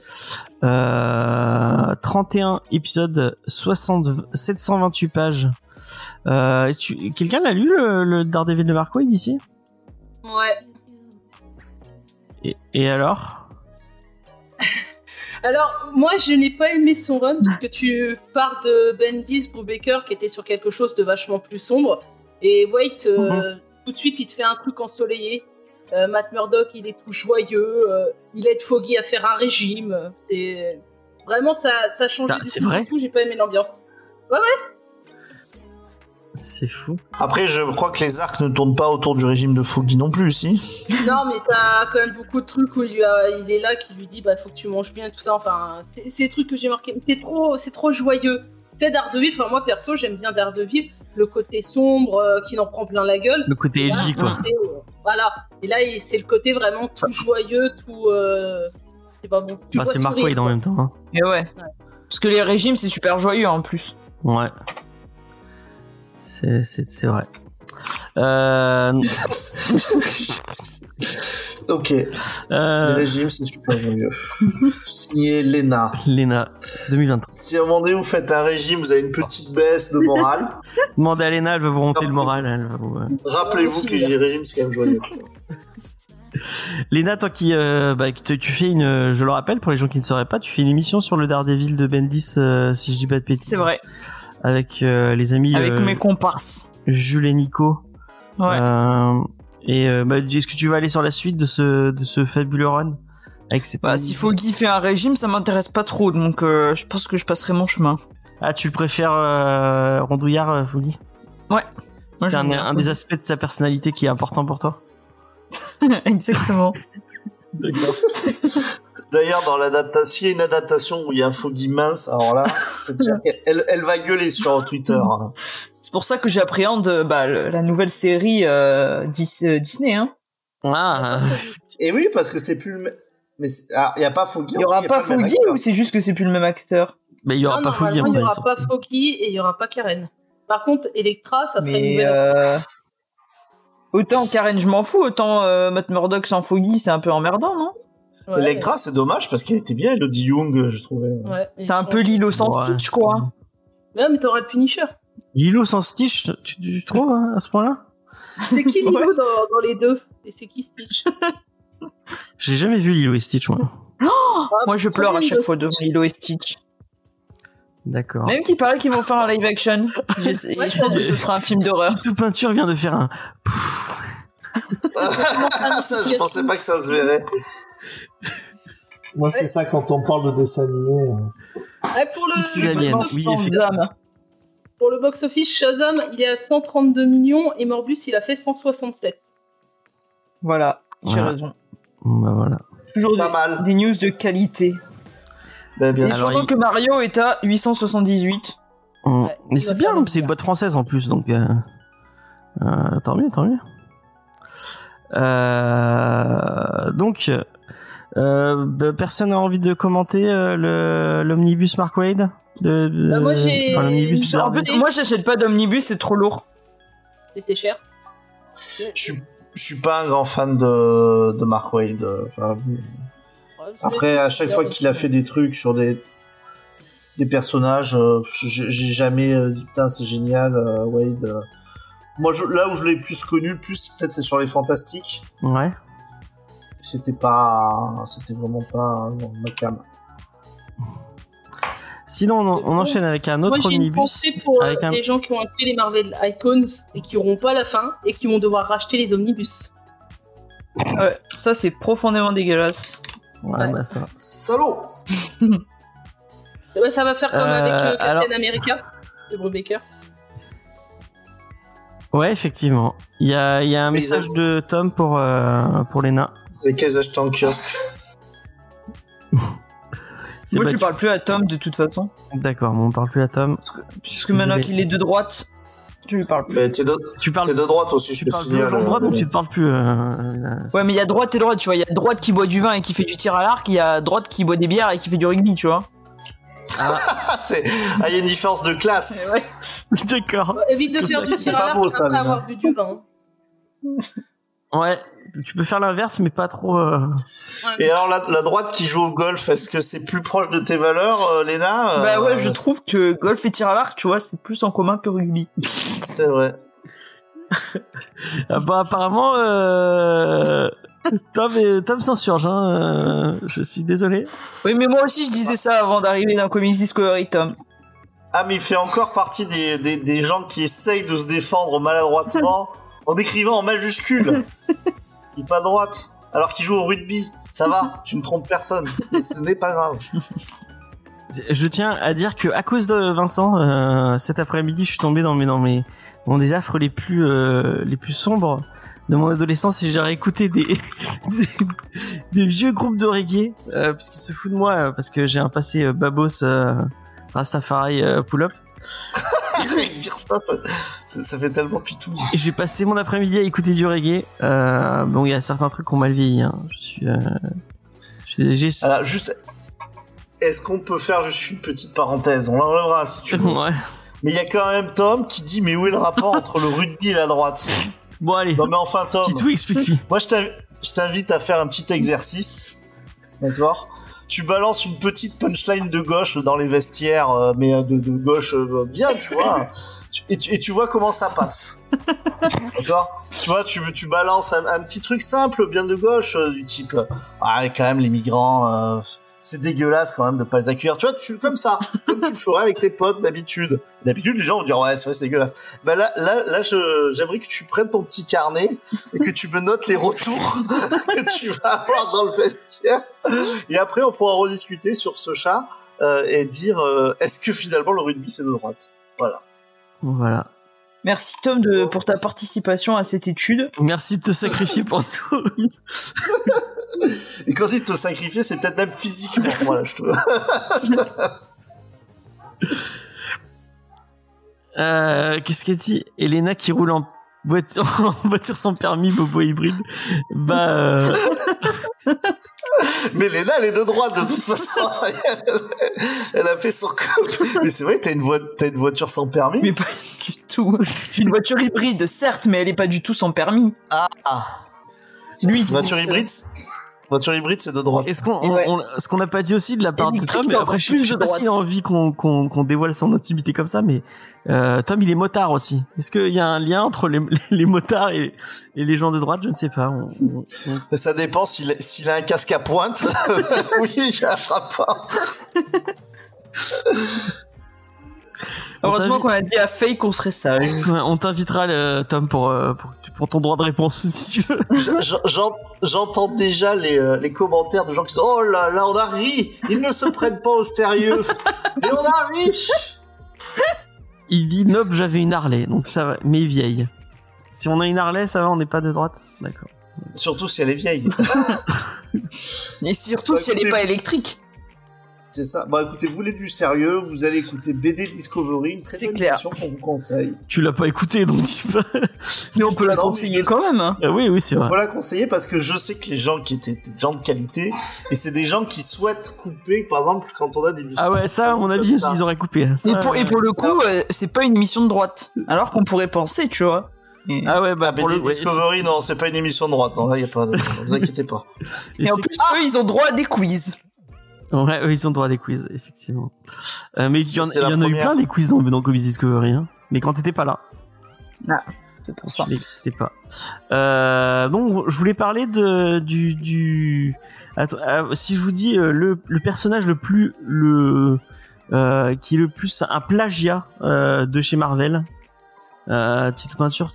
31 épisodes, 728 pages. Quelqu'un l'a lu le Daredevil de Mark Waid ici? Ouais. Et alors? Alors, moi, je n'ai pas aimé son run, parce que tu pars de Bendis, Brubaker, qui était sur quelque chose de vachement plus sombre, et Waite, tout de suite, il te fait un truc ensoleillé. Matt Murdock, il est tout joyeux, il aide Foggy à faire un régime. C'est vraiment, ça change Ah, c'est vrai? du tout, j'ai pas aimé l'ambiance. C'est fou. Après, je crois que les arcs ne tournent pas autour du régime de Foggy non plus, si. Non, mais t'as quand même beaucoup de trucs où il est là, qui lui dit, bah, faut que tu manges bien, tout ça. Enfin, c'est des trucs que j'ai marqué. C'est trop joyeux. Tu sais, Daredevil, enfin, moi, perso, j'aime bien Daredevil. Le côté sombre, qui en prend plein la gueule. Le côté Et là, LG, quoi. Voilà. Et là, c'est le côté vraiment tout joyeux, tout... C'est pas bon. Tu Bah, vois c'est Mark sourire, Waid en quoi. même temps. Hein. Et ouais. Parce que les régimes, c'est super joyeux en plus. Ouais. C'est vrai. Ok. Les régimes, c'est super joyeux. Signé Lena. Lena, 2023. Si à un moment donné vous faites un régime, vous avez une petite baisse de morale, Demandez à Lena, elle va vous remonter le moral. Elle va vous, rappelez-vous que les régimes, c'est quand même joyeux. Lena, toi qui tu fais je le rappelle pour les gens qui ne sauraient pas, tu fais une émission sur le Daredevil de Bendis, si je dis pas de bêtises. C'est vrai. Avec les amis Avec mes comparses. Jules et Nico. Ouais. Est-ce que tu vas aller sur la suite de ce fabuleux run avec cette Bah, si Foggy fait un régime, ça m'intéresse pas trop, donc je pense que je passerai mon chemin. Ah, tu préfères Rondouillard, Foggy? Ouais. Moi, C'est j'aime bien. un des aspects de sa personnalité qui est important pour toi. Exactement. D'ailleurs, dans l'adaptation, s'il y a une adaptation où il y a un Foggy mince, alors là, je peux te dire elle va gueuler sur Twitter. C'est pour ça que j'appréhende la nouvelle série Disney. Hein. Ah, Et oui, parce que c'est plus le même. Mais il y a pas Foggy. Il y aura pas le même Foggy acteur. ou c'est juste que c'est plus le même acteur? mais il y aura Non, pas Foggy. normalement, il y en aura vrai, pas Foggy et il y aura pas Karen. Par contre, Electra, ça serait une Mais nouvelle. autant Karen, je m'en fous, autant Matt Murdock sans Foggy, c'est un peu emmerdant, non? Ouais, Electra, c'est dommage parce qu'elle était bien, Elodie Young, je trouvais. ouais. C'est un peu Lilo sans Ouais. Stitch, quoi. Ouais, mais t'auras le Punisher. Lilo sans Stitch, tu trouves hein, à ce point-là? C'est qui Lilo Ouais. dans les deux? Et c'est qui Stitch? J'ai jamais vu Lilo et Stitch, moi. Moi, je pleure à chaque fois devant Lilo et Stitch. D'accord. Même qu'il paraît qu'ils vont faire un live action. Je pense que ce sera un film d'horreur. Tout peinture vient de faire un. Ça, je pensais pas que ça se verrait. Moi, c'est ça quand on parle de dessin animé. Ouais, pour Stitch le Alien. box-office, Oui, effectivement. pour le box-office, Shazam, il est à 132 millions et Morbius, il a fait 167. Voilà, j'ai Voilà. raison. Bah voilà. Toujours Pas mal. des news de qualité. Ben, bien Et sûr. Alors, surtout que Mario est à 878. Ouais, Mais il c'est va bien, faire le c'est une milliard. boîte française en plus, donc tant mieux, tant mieux. Donc, personne n'a envie de commenter l'omnibus Mark Waid Bah, moi, j'ai- enfin, l'omnibus En En Bizarre. fait, moi j'achète pas d'omnibus, c'est trop lourd. Et c'est cher. Je suis pas un grand fan de Mark Waid. Enfin, après, à chaque fois qu'il a fait des trucs sur des personnages, j'ai jamais dit putain c'est génial, Wade. Moi, là où je l'ai plus connu, peut-être c'est sur les Fantastiques. Ouais. C'était vraiment pas ma cam. Sinon, on enchaîne avec un Moi, autre j'ai une omnibus. pensée pour avec un- les gens qui ont acheté les Marvel Icons et qui n'auront pas la fin et qui vont devoir racheter les omnibus. Ouais, ça c'est profondément dégueulasse. Ouais, bah ça. Salaud. Ouais, ça va faire comme avec Captain alors- America de Brubaker. Ouais, effectivement. Il y a un Mais message ils de Tom pour Léna. C'est qu'elles achètent en kiosque. C'est Moi pas je du- parle plus à Tom de toute façon. D'accord, bon, on parle plus à Tom. Puisque maintenant qu'il est de droite, je lui parle plus. Mais t'es de Tu parles, droite aussi, tu je te parles plus signale. aux gens de droite, donc tu te parles plus. Ouais, mais il y a droite et droite, tu vois. Il y a droite qui boit du vin et qui fait du tir à l'arc, il y a droite qui boit des bières et qui fait du rugby, tu vois. Il y a une différence de classe. Ouais. D'accord. Évite de comme faire ça du que c'est tir pas à beau, l'arc ça, après les avoir gars. bu du vin. Ouais, tu peux faire l'inverse, mais pas trop. Et alors la droite qui joue au golf, est-ce que c'est plus proche de tes valeurs, Léna Bah ouais, je trouve que golf et tir à l'arc, tu vois, c'est plus en commun que rugby. C'est vrai. Ah bah apparemment, Tom s'insurge. Je suis désolé. Oui, mais moi aussi je disais ça avant d'arriver dans Comics Discovery, Tom. Ah, mais il fait encore partie des gens qui essayent de se défendre maladroitement en écrivant en majuscule. Il est pas droite. Alors qu'il joue au rugby. Ça va, tu ne trompes personne. Et ce n'est pas grave. Je tiens à dire que à cause de Vincent, cet après-midi, je suis tombé dans des affres les plus sombres de mon adolescence et j'ai réécouté des vieux groupes de reggae parce qu'ils se foutent de moi parce que j'ai un passé babos Rastafari pull-up. Dire ça fait tellement pitou. Et j'ai passé mon après-midi à écouter du reggae. Bon, il y a certains trucs qui ont mal vieilli. Hein. Alors, juste, est-ce qu'on peut faire juste une petite parenthèse? On l'enlèvera si tu veux. Ouais. Mais il y a quand même Tom qui dit, mais où est le rapport entre le rugby et la droite? Bon, allez. Non mais enfin Tom, Titou, explique-lui. moi je t'invite à faire un petit exercice, d'accord? Tu balances une petite punchline de gauche dans les vestiaires, mais de gauche bien, tu vois. Et tu vois comment ça passe. D'accord? Tu vois, tu balances un petit truc simple, bien de gauche, du type quand même les migrants, c'est dégueulasse quand même de pas les accueillir. Tu vois, comme ça, comme tu le ferais avec tes potes d'habitude. D'habitude, les gens vont dire ouais, c'est vrai, c'est dégueulasse. Bah là, j'aimerais que tu prennes ton petit carnet et que tu me notes les retours que tu vas avoir dans le vestiaire. Et après, on pourra rediscuter sur ce chat et dire est-ce que finalement le rugby c'est de droite. Voilà. Voilà. Merci Tom pour ta participation à cette étude. Merci de te sacrifier pour tout. Et quand il te sacrifier, c'est peut-être même physiquement. Voilà, je te. Qu'est-ce qu'elle dit? Elena qui roule en voiture sans permis, bobo hybride. Bah. Mais Léna, elle est de droite de toute façon. Elle a fait son code. Mais c'est vrai, t'as une voiture sans permis. Mais pas du tout. J'ai une voiture hybride, certes, mais elle est pas du tout sans permis. Ah. C'est lui qui Voiture dit- hybride. Voiture hybride, c'est de droite. Est-ce qu'on Ouais. ce qu'on n'a pas dit aussi de la part de Électrique, Tom, c'est mais après encore je plus sais de pas s'il a droite. envie qu'on dévoile son intimité comme ça, mais Tom il est motard aussi. Est-ce qu'il y a un lien entre les motards et les gens de droite? Je ne sais pas. Mais ça dépend s'il a un casque à pointe. Oui, il y a un rapport. Heureusement qu'on a dit à Faye qu'on serait sage. Ouais, on t'invitera, Tom, pour ton droit de réponse, si tu veux. J'entends déjà les commentaires de gens qui disent oh là là, on a ri, ils ne se prennent pas au sérieux, mais on a ri. Il dit nope, j'avais une Harley, donc ça va, mais vieille. Si on a une Harley, ça va, on n'est pas de droite. D'accord. Surtout si elle est vieille. Et surtout si elle est pas électrique. C'est ça. Bon, écoutez, vous voulez du sérieux, vous allez écouter BD Discovery, une très C'est bonne clair. émission qu'on vous conseille. Tu l'as pas écouté, donc tu peux. Mais on peut la Non, conseiller mais- quand même. Hein. Oui, c'est vrai. On peut la conseiller parce que je sais que les gens qui étaient des gens de qualité, et c'est des gens qui souhaitent couper, par exemple, quand on a des discours. Ah ouais, ça, à mon avis, ils auraient coupé. Ça, Et pour le coup, c'est pas une émission de droite. Alors qu'on pourrait penser, tu vois. Et, Ah ouais, bah pour BD le Discovery, non, c'est pas une émission de droite. Non, là, y a pas de... vous inquiétez pas. et en plus, eux, ils ont droit à des quiz. Ouais, eux, ils ont droit à des quiz, effectivement. Mais il y en C'était la a eu première. plein des quiz dans Comics Discovery, hein. Mais quand t'étais pas là. C'est pour ça. Il n'existait pas. Donc, je voulais parler du. Attends, si je vous dis le personnage le plus qui est le plus un plagiat de chez Marvel. Petite peinture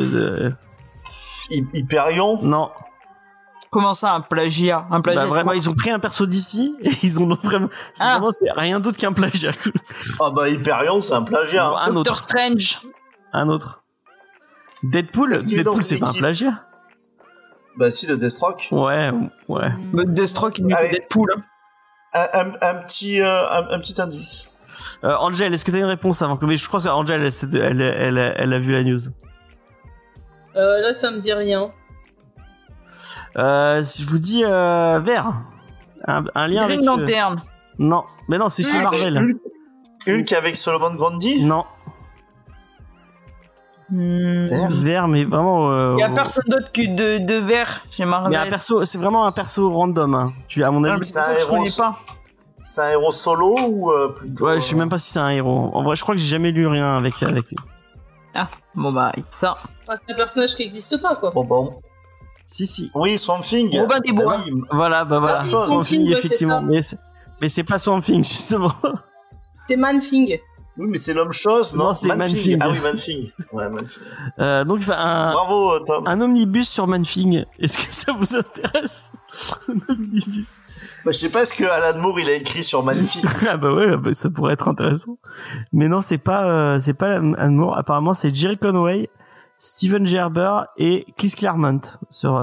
Hyperion. non. Comment ça, un plagiat? Un plagiat Bah, de vraiment, quoi ils ont pris un perso d'ici et ils ont vraiment. C'est rien d'autre qu'un plagiat. Ah bah Hyperion, c'est un plagiat. hein. Un Doctor autre. Strange. Un autre. Deadpool. Est-ce qu'il est dans Deadpool, une c'est pas un équipe plagiat. Bah si, de Deathstroke. Ouais. Deathstroke, il lui fait Allez. Deadpool. Un petit indice. Angel, est-ce que t'as une réponse avant que... Mais je crois que Angel, elle a vu la news. Là, ça me dit rien. Si je vous dis vert, un lien avec... Green Lantern. Non, mais non, c'est chez Marvel. Hulk avec Solomon Grundy. Non, vert, mais vraiment... Il y a personne d'autre que de vert chez Marvel. Mais c'est vraiment un perso random. Hein. À mon Ah, avis... mais c'est pour ça que je connais pas. C'est un héros solo ou plutôt... Ouais, je sais même pas si c'est un héros. En vrai, je crois que j'ai jamais lu rien avec lui. Ah, bon bah, ça. Ah, c'est un personnage qui n'existe pas, quoi. Bon. Si. Oui, Swamp Thing. Robin des Bois. Ah oui. Voilà, Même chose. Swamp Thing, ouais, c'est effectivement. ça. Mais c'est pas Swamp Thing, justement. C'est Man-Thing. Oui, mais c'est l'homme-chose, non? Non, c'est Man-Thing. Ah oui, Man-Thing. Ouais, Man-Thing. Donc, enfin, Bravo, Tom. un omnibus sur Man-Thing. Est-ce que ça vous intéresse? Un omnibus. Bah, je sais pas ce que Alan Moore il a écrit sur Man-Thing. Ah bah ouais, bah ça pourrait être intéressant. Mais non, c'est pas Alan Moore. Apparemment, c'est Jerry Conway, Steven Gerber et Chris Claremont sur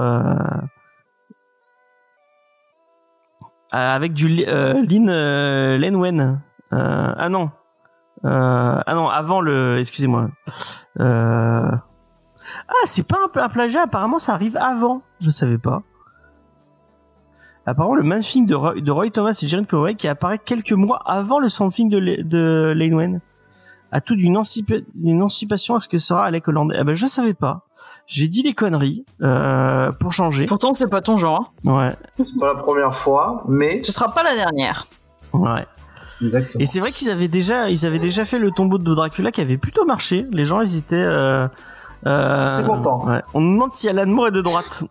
avec du Len Wen. Ah non, avant le. Excusez-moi. Ah, c'est pas un plagiat. Apparemment, ça arrive avant. Je savais pas. Apparemment, le Man-Thing de Roy Thomas et Jerry Conway qui apparaît quelques mois avant le Something de Len Wein a tout d'une émancipation à ce que sera Alec Holland. Eh ben, je savais pas. J'ai dit des conneries pour changer. Pourtant, c'est pas ton genre. Ouais, C'est pas la première fois, mais... Ce sera pas la dernière. ouais. Exactement. Et c'est vrai qu'ils avaient déjà fait le tombeau de Dracula qui avait plutôt marché. Les gens ils étaient C'était content. Ouais. On nous demande si Alan Moore est de droite.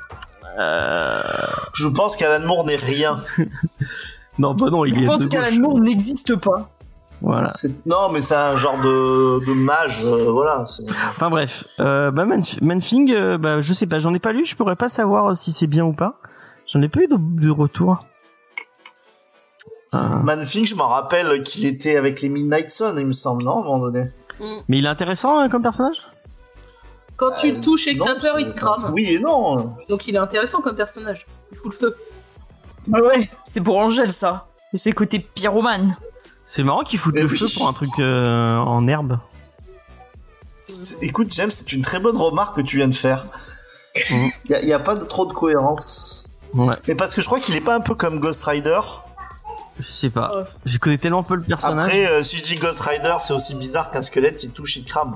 Je pense qu'Alan Moore n'est rien. Non, bah non, il Je est pense de gauche. qu'Alan Moore n'existe pas. Voilà. Non, mais c'est un genre de mage, voilà. Enfin bref, Man-Thing, bah je sais pas, j'en ai pas lu, je pourrais pas savoir si c'est bien ou pas. J'en ai pas eu de retour. Man-Thing, je m'en rappelle qu'il était avec les Midnight Sun, il me semble, non, à un moment donné. Mais il est intéressant hein, comme personnage. Quand tu le touches et que Non, t'as peur, il te c'est- crame. Oui et non. Donc il est intéressant comme personnage. Il fout le feu. Ah ouais, c'est pour Angèle, ça. Et c'est côté pyromane. C'est marrant qu'il foute Mais le oui. feu pour un truc en herbe. Écoute, James, c'est une très bonne remarque que tu viens de faire. Il y a pas trop de cohérence. Ouais, Mais parce que je crois qu'il est pas un peu comme Ghost Rider. je sais pas. Ouais. Je connais tellement peu le personnage. Après, si je dis Ghost Rider, c'est aussi bizarre qu'un squelette, il touche, il crame.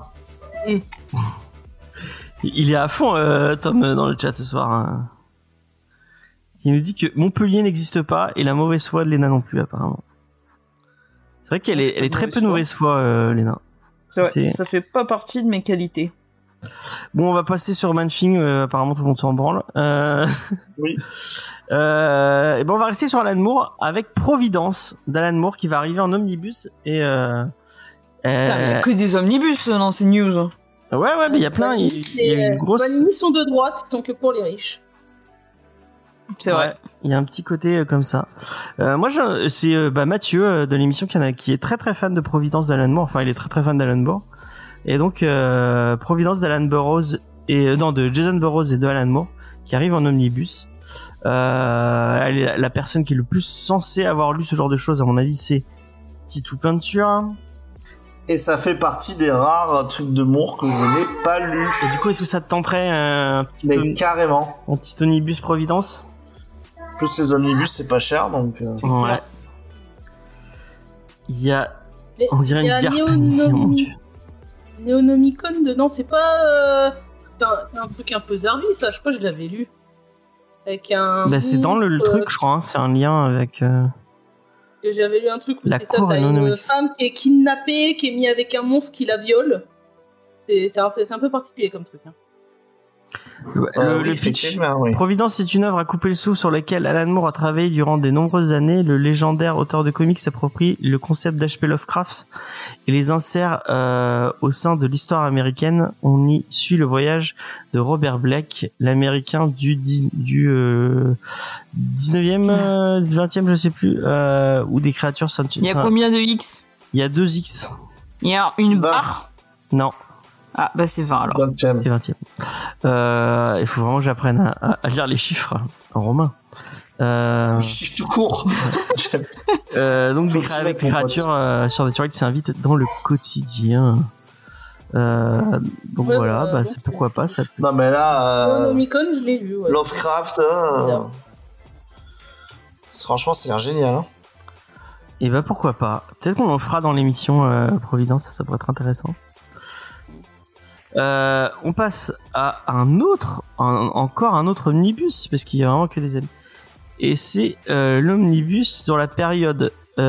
Il est à fond, Tom, dans le chat ce soir. Hein. Il nous dit que Montpellier n'existe pas et la mauvaise foi de Léna non plus, apparemment. C'est vrai qu'elle est très peu de mauvaise foi, Léna. C'est vrai, C'est- ça fait pas partie de mes qualités. Bon, on va passer sur Man-Thing. Apparemment, tout le monde s'en branle. Oui. Et ben, on va rester sur Alan Moore avec Providence d'Alan Moore qui va arriver en omnibus et Putain, mais il y a que des omnibus dans ces news. Ouais, mais il y a plein. Il y a une grosse. Panini sont de droite, ils sont que pour les riches. C'est vrai. Il y a un petit côté comme ça. Moi, c'est Mathieu de l'émission qui est très très fan de Providence d'Alan Moore. Enfin, il est très très fan d'Alan Moore. Et donc, Providence d'Alan Burroughs de Jason Burroughs et de Alan Moore qui arrive en omnibus. Elle est la personne qui est le plus censée avoir lu ce genre de choses, à mon avis, c'est Titou Peinture. Et ça fait partie des rares trucs de Moore que je n'ai pas lu. Et du coup, est-ce que ça te tenterait un carrément. Un petit omnibus Providence? Plus les omnibus, c'est pas cher, donc... Ouais. Il y a... On dirait une guerre Panini, mon Dieu. Neonomicon dedans, c'est pas... un truc un peu zarbi, ça. Je crois que je l'avais lu. Avec un... c'est dans le truc, je crois. Hein. C'est un lien avec... J'avais lu un truc où la c'est ça, t'as une femme qui est kidnappée, qui est mise avec un monstre qui la viole. C'est un peu particulier comme truc. Hein. Le pitch. Oui. Providence est une œuvre à couper le souffle sur laquelle Alan Moore a travaillé durant de nombreuses années. Le légendaire auteur de comics s'approprie le concept d'H.P. Lovecraft et les insère au sein de l'histoire américaine. On y suit le voyage de Robert Blake, l'américain du 19e, 20e, je sais plus, où des créatures sont... Il y a combien de X? Il y a 2 X. Il y a une barre? Non. Ah, c'est 20 alors. 20e. C'est 20e. Il faut vraiment que j'apprenne à lire les chiffres en romain. Les chiffres tout court. Donc, avec des créatures surnaturelles qui s'invitent dans le quotidien. Donc voilà, c'est pourquoi pas ça. Non, mais là. Neonomicon, je l'ai lu. Ouais. Lovecraft, franchement, c'est l'air génial. Hein. Et pourquoi pas. Peut-être qu'on en fera dans l'émission Providence, ça pourrait être intéressant. On passe à encore un autre omnibus, parce qu'il y a vraiment que des amis. Et c'est l'omnibus dans la période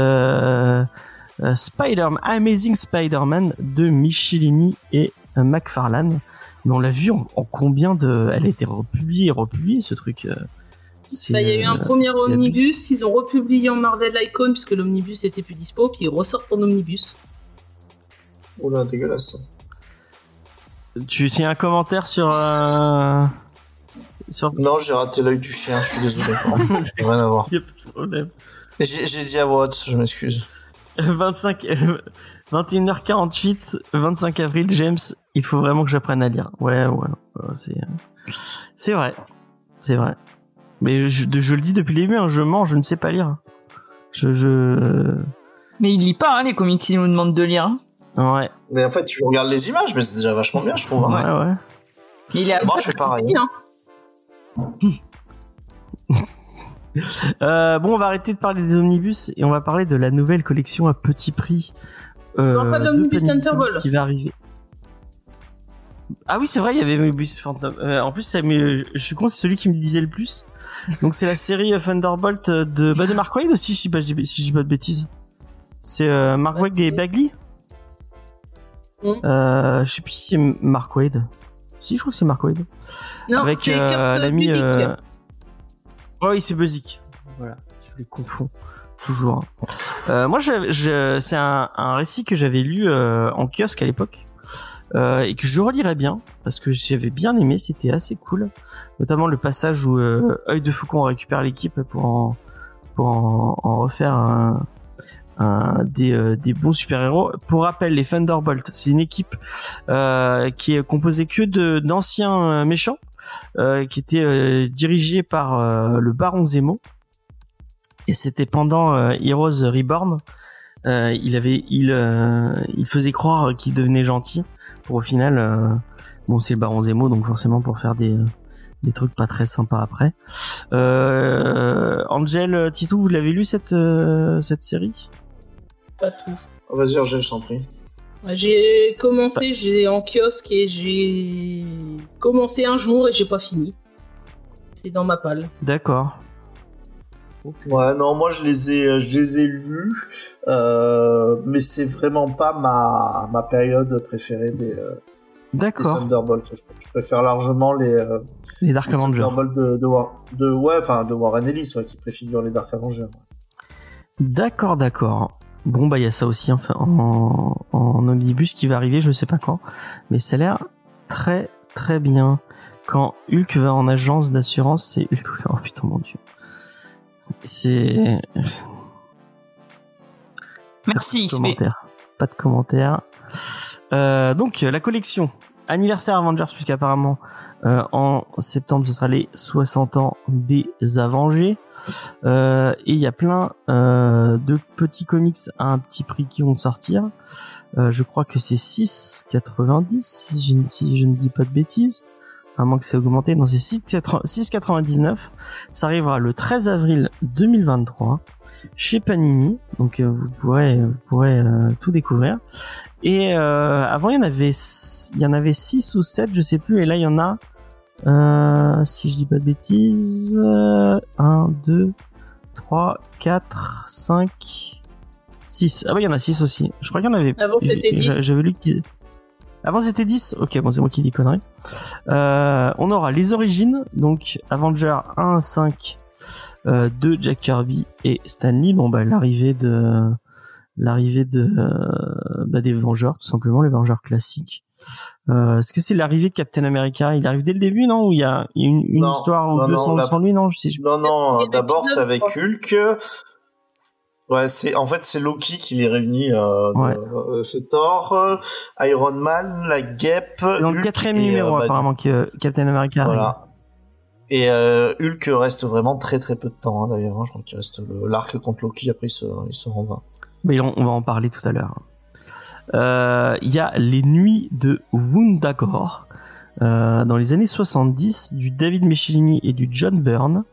Amazing Spider-Man de Michelini et McFarlane. Mais on l'a vu en combien de... Elle a été republiée ce truc. Il y a eu un premier omnibus, ils ont republié en Marvel Icon, puisque l'omnibus était plus dispo, puis ils ressortent en omnibus. Oh là, dégueulasse. Tu tiens un commentaire sur... Non, j'ai raté l'œil du chien, je suis désolé. Rien à voir. Il n'y a pas de problème. J'ai dit à voix haute, je m'excuse. 21h48, 25 avril, James, il faut vraiment que j'apprenne à lire. Ouais, c'est vrai. C'est vrai. Mais je le dis depuis le début, hein, je mens, je ne sais pas lire. Mais il lit pas, hein, les comics qui nous demandent de lire. Hein. Ouais. Mais en fait, tu regardes les images, mais c'est déjà vachement bien, je trouve. Hein. Ouais. Il est moi, je fais pareil. Hein. On va arrêter de parler des omnibus et on va parler de la nouvelle collection à petit prix. Non, pas de l'omnibus Thunderbolt qui va arriver. Ah oui, c'est vrai, il y avait l'omnibus Phantom. En plus, je suis con, c'est celui qui me disait le plus. Donc c'est la série Thunderbolt de Mark Waid aussi, si je dis pas de bêtises. C'est Mark Waid et Bagley. Je sais plus si c'est Mark Waid. Si, je crois que c'est Mark Waid. Non, avec c'est l'ami. Oui, c'est Buzik. Voilà, je les confonds toujours. Moi, c'est un récit que j'avais lu en kiosque à l'époque et que je relirais bien parce que j'avais bien aimé. C'était assez cool, notamment le passage où Œil de Faucon récupère l'équipe pour en refaire des bons super-héros. Pour rappel, les Thunderbolts, c'est une équipe qui est composée que d'anciens méchants qui était dirigée par le Baron Zemo, et c'était pendant Heroes Reborn. Il faisait croire qu'il devenait gentil pour au final c'est le Baron Zemo, donc forcément pour faire des trucs pas très sympas après. Angel, Titou, vous l'avez lu cette série? Pas tout. Vas-y, Angel, je t'en prie. J'ai commencé, j'ai en kiosque et j'ai commencé un jour et j'ai pas fini. C'est dans ma palle. D'accord. Ouais, non, moi je les ai lus, mais c'est vraiment pas ma période préférée des Thunderbolts. Je préfère largement les Dark Avengers. Thunderbolts de Warren Ellis, qui préfigurent les Dark Avengers. D'accord. Bon, bah, il y a ça aussi, enfin, en omnibus qui va arriver, je sais pas quand. Mais ça a l'air très, très bien. Quand Hulk va en agence d'assurance, c'est Hulk. Oh putain, mon dieu. C'est. Merci, XP. Pas de commentaires. Donc, la collection. Anniversaire Avengers, puisqu'apparemment, en septembre, ce sera les 60 ans des Avengers. Et il y a plein de petits comics à un petit prix qui vont sortir. Je crois que c'est 6,90 si je ne dis pas de bêtises. À moins que c'est augmenté. Non, c'est 6,99. Ça arrivera le 13 avril 2023 chez Panini. Donc vous pourrez tout découvrir. Et avant il y en avait 6 ou 7, je sais plus. Et là il y en a si je dis pas de bêtises 1, 2, 3, 4, 5, 6. Ah bah il y en a 6 aussi. Je crois qu'il y en avait. Avant c'était 10. J'avais lu qu'ils... Avant c'était 10. Ok, bon c'est moi qui dis conneries. On aura les origines, donc Avengers 1 à 5 de Jack Kirby et Stan Lee. Bon bah l'arrivée des Vengeurs, tout simplement, les Vengeurs classiques. Est-ce que c'est l'arrivée de Captain America? Il arrive dès le début, non? Ou il y a une histoire ou deux sans lui, non? Non, d'abord c'est avec Hulk. Ouais, c'est Loki qui les réunit. C'est Thor, Iron Man, la Guêpe. C'est dans le 4e numéro apparemment que Captain America arrive. Voilà. Et Hulk reste vraiment très très peu de temps d'ailleurs. Je crois qu'il reste l'arc contre Loki. Après il se rend va. Mais on va en parler tout à l'heure. Il y a les Nuits de Wundagore dans les années 70 du David Michelinie et du John Byrne.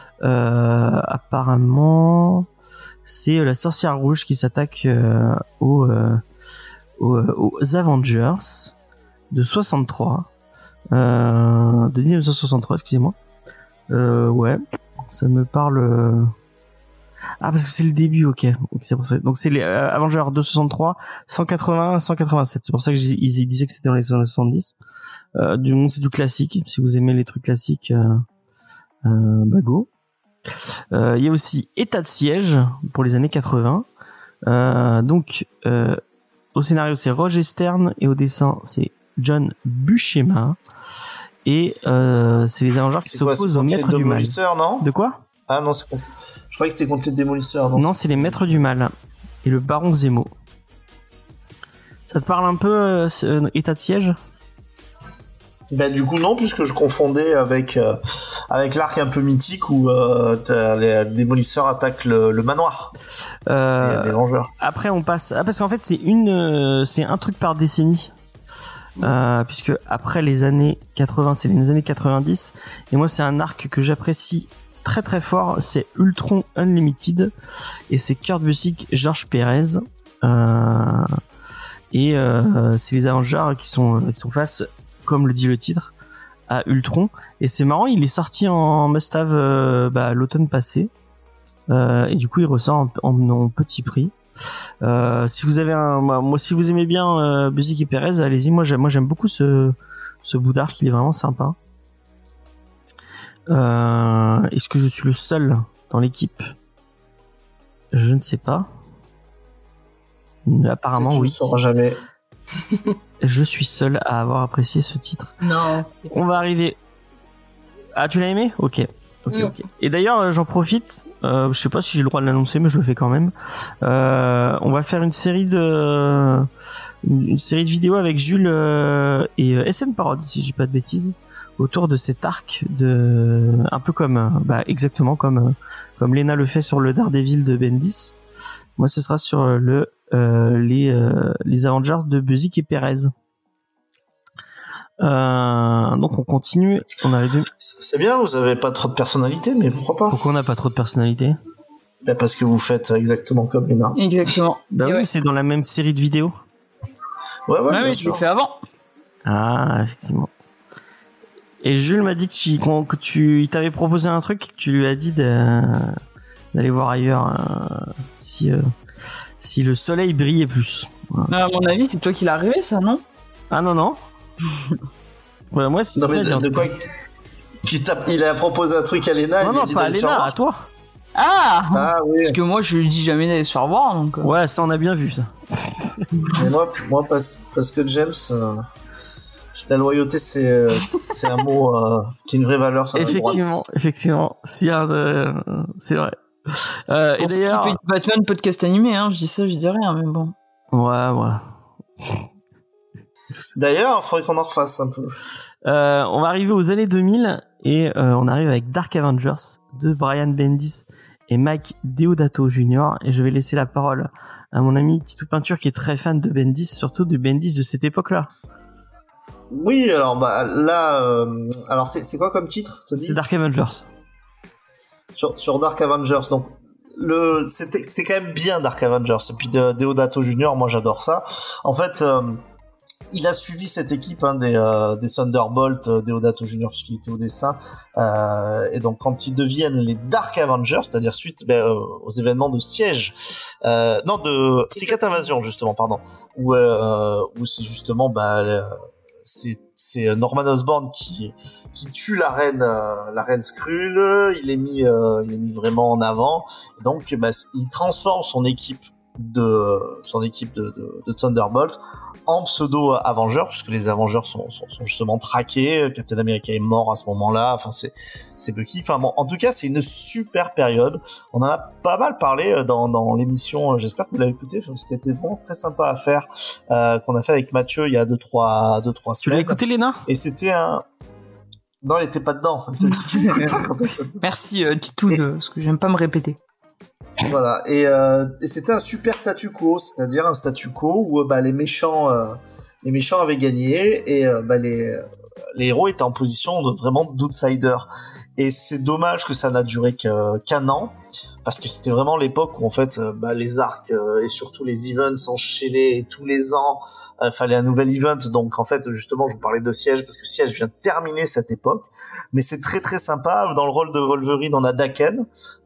Apparemment. C'est la sorcière rouge qui s'attaque aux Avengers de 63, de 1963, excusez-moi. Ouais, ça me parle. Ah, parce que c'est le début, ok, c'est pour ça. Donc c'est les Avengers de 63, 180, 187. C'est pour ça que ils disaient que c'était dans les années 70. Du monde, c'est du classique. Si vous aimez les trucs classiques, bah go. Il y a aussi État de siège pour les années 80. Donc au scénario c'est Roger Stern et au dessin c'est John Buscema. Et c'est les Avengers qui s'opposent aux Maîtres du Mal. Non, de quoi? Ah non, c'est pas... Je croyais que c'était contre les Démolisseurs. Non, c'est les Maîtres du Mal et le Baron Zemo. Ça te parle un peu État de siège? Ben du coup non, puisque je confondais avec l'arc un peu mythique où les Démolisseurs attaquent le manoir. Des Vengeurs. Après on passe parce qu'en fait c'est un truc par décennie. Puisque après les années 80, c'est les années 90 et moi c'est un arc que j'apprécie très très fort, c'est Ultron Unlimited et c'est Kurt Busiek, George Pérez et c'est les Avengers qui sont face, comme le dit le titre, à Ultron. Et c'est marrant, il est sorti en must-have l'automne passé. Et du coup, il ressort en petit prix. Si vous avez si vous aimez bien Busiek et Perez, allez-y. Moi, j'aime beaucoup ce bout d'arc. Il est vraiment sympa. Est-ce que je suis le seul dans l'équipe? Je ne sais pas. Apparemment, oui. Tu ne sauras jamais. Je suis seul à avoir apprécié ce titre. Non. On va arriver. Ah, tu l'as aimé? Ok. Et d'ailleurs, j'en profite. Je sais pas si j'ai le droit de l'annoncer, mais je le fais quand même. On va faire une série de vidéos avec Jules et SN Parod, si je dis pas de bêtises, autour de cet arc un peu comme, exactement comme Lena le fait sur le Daredevil de Bendis. Moi, ce sera sur les Avengers de Busiek et Perez. Donc on continue. On arrive. C'est bien, vous avez pas trop de personnalité, mais pourquoi pas? Pourquoi on n'a pas trop de personnalité? Parce que vous faites exactement comme Lena. Exactement. Oui, ouais. C'est dans la même série de vidéos. Ouais, oui, tu le fais avant. Ah, effectivement. Et Jules m'a dit que il t'avait proposé un truc, que tu lui as dit d'aller voir ailleurs si le soleil brillait plus. Voilà. À mon avis, c'est toi qui l'as arrivé, ça, non? Ah non. Ouais, moi, c'est non, mais de quoi il a proposé un truc à Lena. Non, pas à Lena, à toi. Ah oui. Parce que moi, je lui dis jamais d'aller se faire voir, donc... Ouais, ça on a bien vu ça. Mais moi parce que James, la loyauté c'est un mot qui a une vraie valeur sur la droite. Effectivement. C'est vrai. Et d'ailleurs, qu'il fait du Batman podcast animé, hein. Je dis ça, je dis rien, mais bon. Ouais. D'ailleurs, il faudrait qu'on en refasse un peu. On va arriver aux années 2000 et on arrive avec Dark Avengers de Brian Bendis et Mike Deodato Jr. Et je vais laisser la parole à mon ami Titou Peinture qui est très fan de Bendis, surtout de Bendis de cette époque-là. Oui, alors là, alors c'est quoi comme titre? C'est Dark Avengers. Sur Dark Avengers, donc c'était quand même bien Dark Avengers. Et puis Deodato Jr., moi j'adore ça. En fait, il a suivi cette équipe des Thunderbolts, Deodato Jr. puisqu'il était au dessin. Et donc quand ils deviennent les Dark Avengers, c'est-à-dire suite aux événements de Siège, de Secret Invasion justement, pardon, où c'est justement c'est Norman Osborn qui tue la reine Skrull. Il est mis vraiment en avant. Et donc il transforme son équipe de Thunderbolt en pseudo Avengers, puisque les Avengers sont justement traqués. Captain America est mort à ce moment-là. Enfin, c'est Bucky. Enfin bon, en tout cas, c'est une super période. On en a pas mal parlé dans l'émission. J'espère que vous l'avez écouté. C'était vraiment très sympa à faire, qu'on a fait avec Mathieu il y a 2-3 semaines. Tu l'as écouté, Léna? Et c'était un... Non, elle était pas dedans. Merci, Titou, parce que j'aime pas me répéter. Voilà, et c'était un super statu quo, c'est-à-dire un statu quo où les méchants avaient gagné et les héros étaient en position vraiment d'outsider. Et c'est dommage que ça n'a duré qu'un an, parce que c'était vraiment l'époque où en fait les arcs et surtout les events s'enchaînaient tous les ans. Fallait un nouvel event, donc en fait justement je vous parlais de Siège parce que Siège vient de terminer cette époque, mais c'est très très sympa. Dans le rôle de Wolverine on a Daken,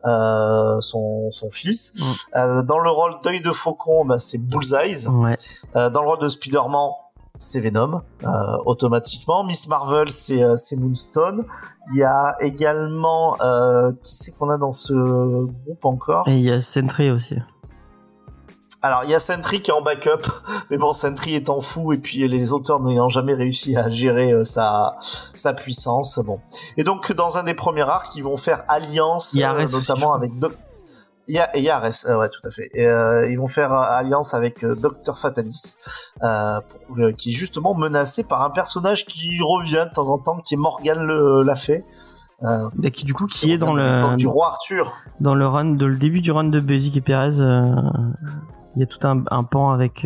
son fils. Dans le rôle d'Œil de Faucon c'est Bullseye. Ouais. Dans le rôle de Spider-Man c'est Venom, automatiquement. Miss Marvel c'est Moonstone. Il y a également qui c'est qu'on a dans ce groupe encore? Et il y a Sentry aussi. Alors, il y a Sentry qui est en backup, mais bon, Sentry étant fou, et puis les auteurs n'ayant jamais réussi à gérer sa puissance, bon. Et donc, dans un des premiers arcs, ils vont faire alliance, notamment avec Yares, ouais, tout à fait. Et, ils vont faire alliance avec Dr. Fatalis, qui est justement menacé par un personnage qui revient de temps en temps, qui est Morgan Le Fay. Qui est dans le du roi Arthur. Dans le début du run de Buzik et Perez, il y a tout un pan avec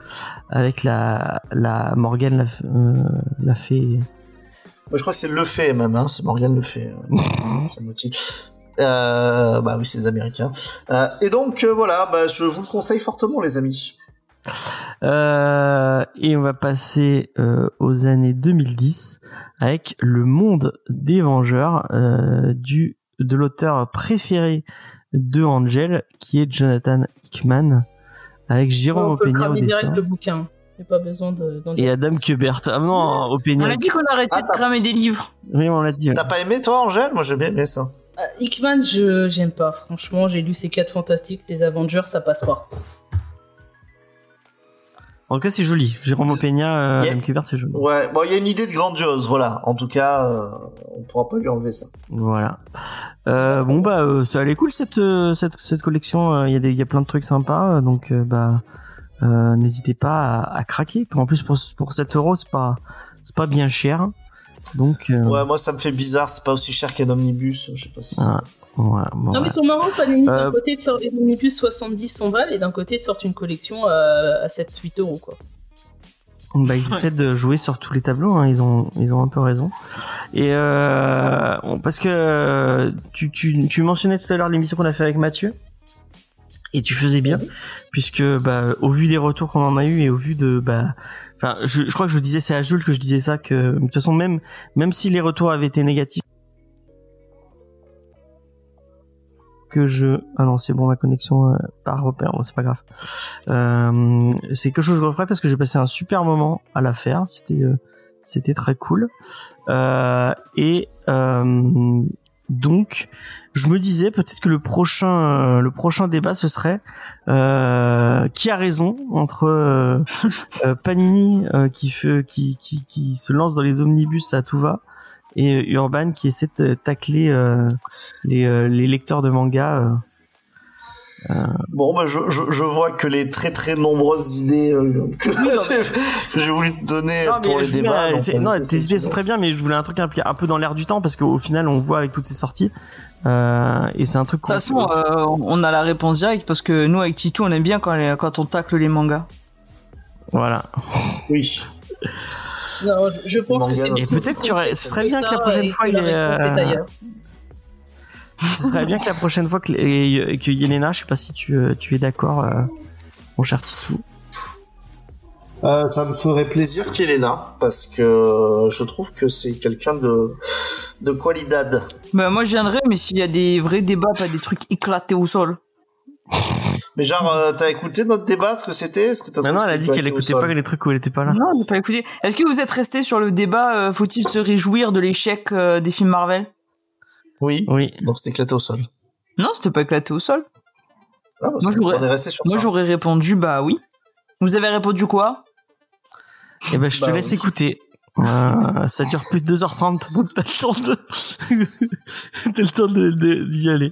la Morgane la fée. Moi, je crois que c'est Le Fay même, hein, c'est Morgane Le Fay. C'est moitié. Oui, c'est les Américains. Et donc voilà, je vous le conseille fortement, les amis. Et on va passer aux années 2010 avec le monde des Vengeurs de l'auteur préféré de Angel, qui est Jonathan Hickman, avec Jérôme Opeña au dessin. Direct le bouquin. Il n'y a pas besoin et Adam Kubert. Ah non, Opeña. On a dit qu'on arrêtait de cramer des livres. Oui, on l'a dit. Ouais. T'as pas aimé toi, Angel? Moi, j'ai bien aimé ça. Hickman, j'aime pas. Franchement, j'ai lu ces 4 fantastiques, les Avengers, ça passe pas. En tout cas, c'est joli. Jérôme Opeña, Adam Kubert, c'est joli. Ouais, bon, il y a une idée de grandiose, voilà. En tout cas, on pourra pas lui enlever ça. Voilà. Ça allait cool cette collection. Il y a plein de trucs sympas, donc n'hésitez pas à craquer. En plus, pour 7 euros, c'est pas bien cher. Donc. Ouais, moi ça me fait bizarre. C'est pas aussi cher qu'un omnibus. Je sais pas si. Ouais, non, mais sont marrants, Panini, d'un côté de sortir les omnibus 70-100 balles et d'un côté de sortir une collection à 7-8 euros, quoi. Ils essaient de jouer sur tous les tableaux, hein. Ils ont un peu raison. Et parce que tu mentionnais tout à l'heure l'émission qu'on a fait avec Mathieu, et tu faisais bien, puisque au vu des retours qu'on en a eu et au vu de je crois que je disais, c'est à Jules que je disais ça, que de toute façon même si les retours avaient été négatifs, ah non, c'est bon, ma connexion par repère, bon, c'est pas grave. C'est quelque chose que je referai parce que j'ai passé un super moment à la faire. C'était très cool. Donc, je me disais peut-être que le prochain débat ce serait qui a raison entre Panini qui se lance dans les omnibus à tout va et Urban qui essaie de tacler les lecteurs de manga. Bon, bah, je vois que les très très nombreuses idées que j'ai voulu te donner pour les débats. Tes idées sont très bien, mais je voulais un truc un peu dans l'air du temps parce qu'au final, on voit avec toutes ces sorties. Et c'est un truc. De toute façon, on a la réponse directe parce que nous, avec Titou, on aime bien quand on tacle les mangas. Voilà. Oui. Non, je pense que c'est. Et peut-être ce serait bien que la prochaine fois, ce serait bien que la prochaine fois que Yelena, je sais pas si tu es d'accord, mon cher Titou. Ça me ferait plaisir. Yelena, parce que je trouve que c'est quelqu'un de qualidad. Bah, moi, je viendrais, mais s'il y a des vrais débats, pas des trucs éclatés au sol. Mais genre, t'as écouté notre débat, ce que c'était? Non, elle a dit qu'elle écoutait pas les trucs où elle était pas là. Non, elle n'a pas écouté. Est-ce que vous êtes resté sur le débat, faut-il se réjouir de l'échec des films Marvel? Oui. Oui. Donc c'était éclaté au sol. Non, c'était pas éclaté au sol. Ah, bah, on est resté sur ça. Moi, j'aurais répondu, bah oui. Vous avez répondu quoi? Eh ben, je te laisse écouter. Ça dure plus de 2h30, donc t'as le temps d'y aller.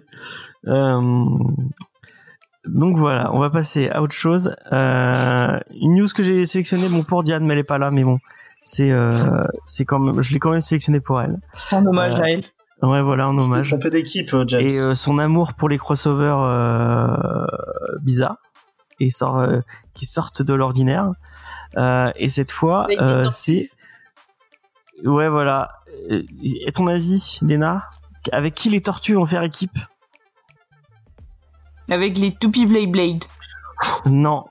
Donc voilà, on va passer à autre chose. Une news que j'ai sélectionnée, bon, pour Diane, mais elle est pas là, mais bon, c'est quand même, je l'ai quand même sélectionnée pour elle. C'est un hommage à elle. Ouais, voilà, un hommage. Un peu d'équipe, James. Et son amour pour les crossovers bizarres et qui sortent de l'ordinaire. Et cette fois, c'est... Ouais, voilà. Et ton avis, Léna, avec qui les tortues vont faire équipe? Avec les Toupie Blade. Non.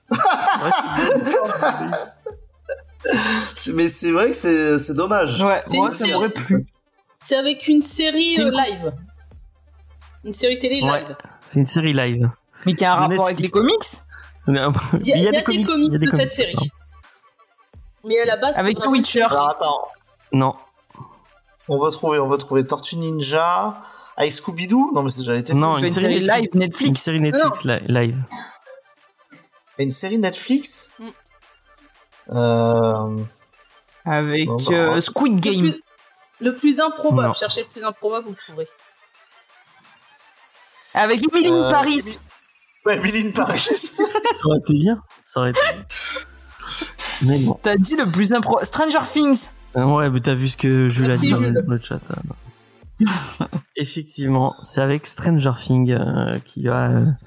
Mais c'est vrai que c'est dommage. Ouais, moi, ça m'aurait plu. C'est avec une série live. Une série télé live. Ouais, c'est une série live. Mais qui a un rapport avec les comics? Il y a des comics de cette série. Mais à la base, avec The Witcher. Alors attends. Non. On va trouver Tortue Ninja avec Scooby-Doo. Non, mais c'est déjà été fait. Non, une série live Netflix. Une série Netflix live. Et une série Netflix avec Squid Game. Le plus improbable. Non. Cherchez le plus improbable, vous trouverez. Avec Emily in Paris. Ouais, Emily in Paris. Ça aurait été bien. Mais bon. T'as dit le plus improbable. Stranger Things. Ouais, mais t'as vu ce que Jules a dit dans le chat. Effectivement, c'est avec Stranger Things qu'il y a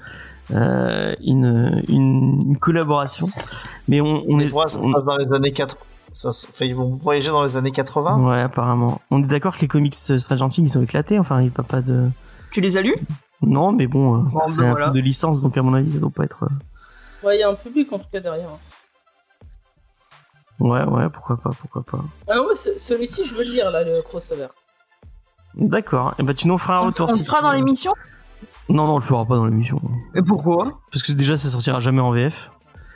une collaboration. Mais ça se passe dans les années 80. Ils vont voyager dans les années 80. Ouais, apparemment. On est d'accord que les comics Stranger Things ils sont éclatés. Enfin, il n'y a pas de. Tu les as lus? Non, mais bon, c'est un truc de licence, donc à mon avis, ça doit pas être. Ouais, il y a un public en tout cas derrière. Ouais, pourquoi pas. Ah non, celui-ci, je veux le lire là, le crossover. D'accord. Et bah tu nous feras un retour. On le fera dans l'émission? Non, on le fera pas dans l'émission. Et pourquoi? Parce que déjà, ça sortira jamais en VF.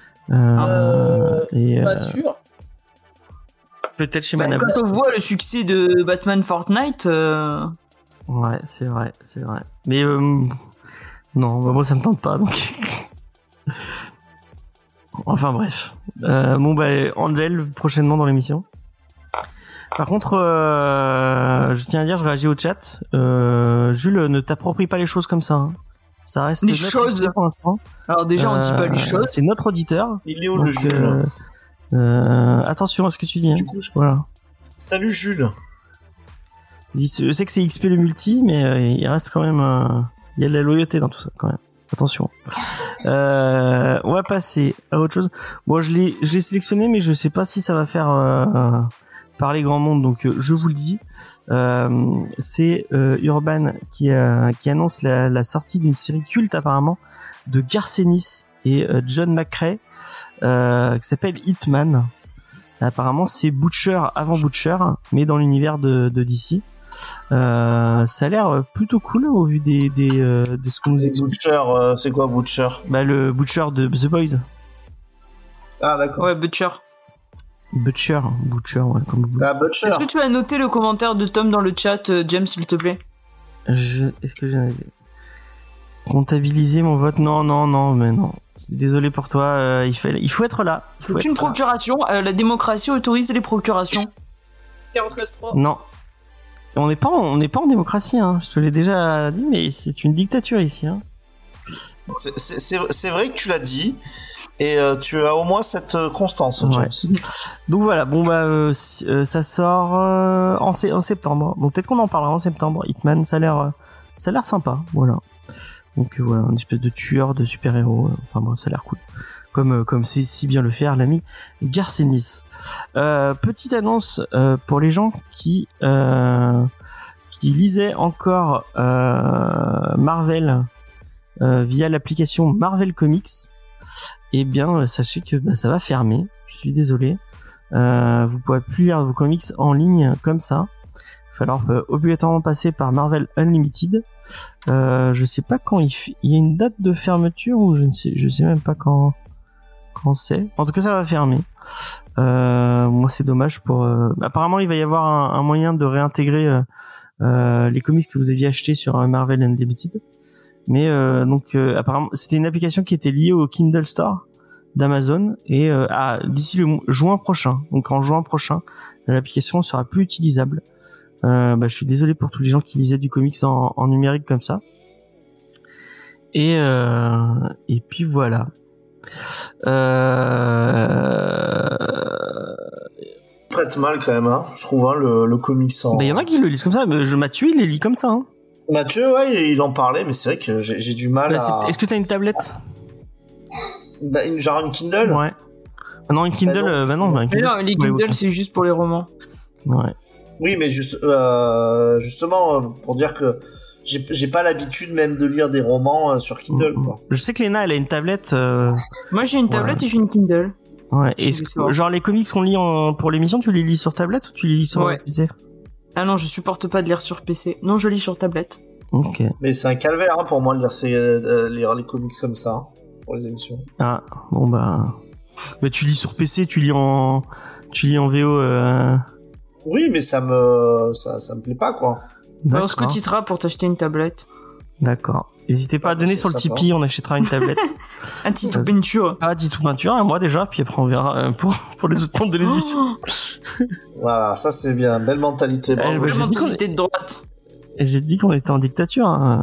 Pas sûr. Peut-être chez Madame. Quand on voit le succès de Batman Fortnite. Ouais, c'est vrai. Mais non, moi ça me tente pas donc. Enfin bref. Angel prochainement dans l'émission. Par contre, je tiens à dire, je réagis au chat. Jules, ne t'approprie pas les choses comme ça. Hein. Ça reste les choses pour l'instant. Alors déjà, on dit pas les choses. C'est notre auditeur. Il est où le Jules attention à ce que tu dis. Du coup, voilà. Salut Jules. Je sais que c'est XP le multi, mais il reste quand même. Il y a de la loyauté dans tout ça quand même. Attention. On va passer à autre chose. Bon, je l'ai sélectionné, mais je sais pas si ça va faire parler grand monde, donc je vous le dis. C'est Urban qui annonce la sortie d'une série culte apparemment de Garcenis et John McCrea qui s'appelle Hitman. Apparemment, c'est Butcher avant Butcher, mais dans l'univers de DC. Ça a l'air plutôt cool au vu de ce qu'on nous explique. Butcher, c'est quoi Butcher? Bah le Butcher de The Boys. Ah d'accord. Ouais, Butcher, ouais, comme vous voulez. Ah, Butcher. Est-ce que tu as noté le commentaire de Tom dans le chat, James, s'il te plaît? Est-ce que j'ai comptabilisé mon vote? Non, mais non. Désolé pour toi, il faut être là. C'est une procuration. La démocratie autorise les procurations. 49.3. Non. On n'est pas en démocratie, hein. Je te l'ai déjà dit, mais c'est une dictature ici, hein. C'est vrai que tu l'as dit, et tu as au moins cette constance, James. Ouais. Donc voilà, bon bah ça sort en septembre. Donc peut-être qu'on en parlera en septembre. Hitman, ça a l'air sympa, voilà. Donc voilà, une espèce de tueur de super-héros. Enfin bon, ça a l'air cool. Comme c'est si bien le faire l'ami Garcenis. Petite annonce pour les gens qui lisaient encore Marvel via l'application Marvel Comics. Eh bien, sachez que ça va fermer. Je suis désolé. Vous pourrez plus lire vos comics en ligne comme ça. Il va falloir obligatoirement passer par Marvel Unlimited. Je sais pas quand il y a une date de fermeture ou je sais même pas quand c'est. En tout cas, ça va fermer. Moi, c'est dommage pour. Apparemment, il va y avoir un moyen de réintégrer les comics que vous aviez achetés sur Marvel Unlimited. Mais donc apparemment c'était une application qui était liée au Kindle Store d'Amazon et d'ici le juin prochain. Donc en juin prochain, l'application sera plus utilisable. Je suis désolé pour tous les gens qui lisaient du comics en numérique comme ça. Et puis voilà. Prête mal quand même, hein. Je trouve hein, le comics en. Il y en a qui le lisent comme ça. Mathieu il les lit comme ça. Hein. Mathieu, ouais, il en parlait, mais c'est vrai que j'ai du mal à... Est-ce que t'as une tablette? Genre une Kindle? Ouais. Non, une Kindle, non. Mais non, les Kindle, c'est juste pour les romans. Ouais. Oui, mais justement, pour dire que j'ai pas l'habitude même de lire des romans sur Kindle, quoi. Je sais que Léna, elle a une tablette... Moi, j'ai une tablette et j'ai une Kindle. Ouais, est-ce que, genre, les comics qu'on lit pour l'émission, tu les lis sur tablette ou tu les lis sur PC? Ah non, je supporte pas de lire sur PC. Non, je lis sur tablette. Ok. Mais c'est un calvaire hein, pour moi de lire les comics comme ça hein, pour les émissions. Ah bon bah tu lis sur PC, tu lis en VO. Oui, mais ça me plaît pas quoi. On se cotitera pour t'acheter une tablette. D'accord. N'hésitez pas à donner sur le Tipeee, on achètera une tablette. Un Titou peinture. Ah, Titou peinture, un mois déjà, puis après on verra pour les autres comptes de l'émission. Voilà, ça c'est bien, belle mentalité. Belle mentalité de droite. J'ai dit qu'on était en dictature, hein.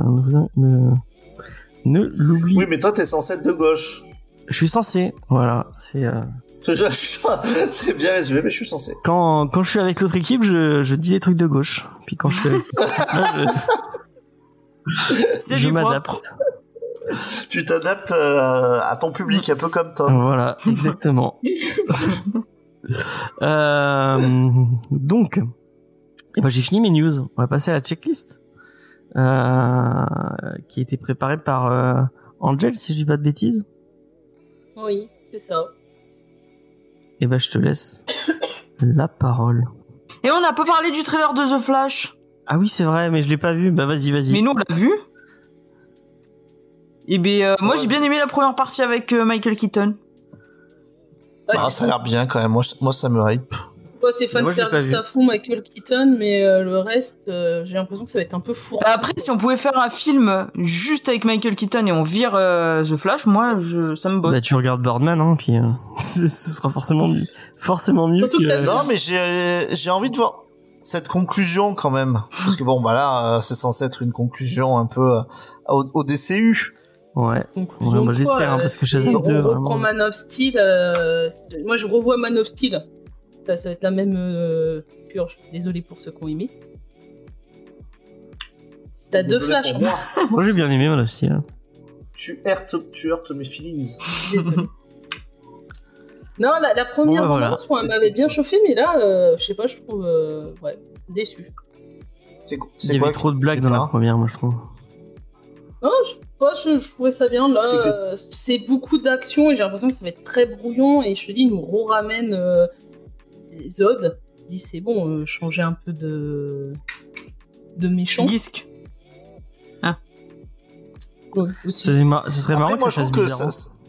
Ne l'oubliez. Oui, mais toi t'es censé être de gauche. Je suis censé, voilà, c'est bien résumé, mais je suis censé. Quand je suis avec l'autre équipe, je dis des trucs de gauche. Puis quand je suis avec je m'adapte. Tu t'adaptes à ton public, un peu comme toi. Voilà, exactement. Donc, j'ai fini mes news. On va passer à la checklist qui a été préparée par Angel, si je dis pas de bêtises. Oui, c'est ça. Et je te laisse la parole. Et on n'a pas parlé du trailer de The Flash. Ah oui, c'est vrai, mais je l'ai pas vu. Vas-y. Mais nous, on l'a vu. Et moi, j'ai bien aimé la première partie avec Michael Keaton. Ah, ça a l'air bien quand même. Moi, ça me hype. Moi, c'est fan service à fond, Michael Keaton, mais le reste, j'ai l'impression que ça va être un peu fourré. Après, si on pouvait faire un film juste avec Michael Keaton et on vire The Flash, moi, ça me botte. Tu regardes Birdman, hein, puis ce sera forcément mieux que... Non, mais j'ai envie de voir cette conclusion quand même, parce que là, c'est censé être une conclusion un peu au DCU. Ouais. Moi j'espère, hein, parce que Shazam 2, on reprend Man of Steel. Moi, je revois Man of Steel. Ça va être la même purge. Désolé pour ceux qui ont aimé. T'as deux Flash. Moi j'ai bien aimé Man of Steel. Tu heurtes mes feelings. Désolé. Non, la première bande-annonce, elle m'avait bien chauffé, mais là, je sais pas, je trouve déçu. Il y avait trop de blagues dans la première, moi je trouve. Non, je trouvais ça bien. Là, c'est beaucoup d'action et j'ai l'impression que ça va être très brouillon. Et je te dis, ils nous ramènent Zod. Je dis, c'est bon, changer un peu de méchant. Disque. Ah. Ce serait marrant. Après, moi, je trouve que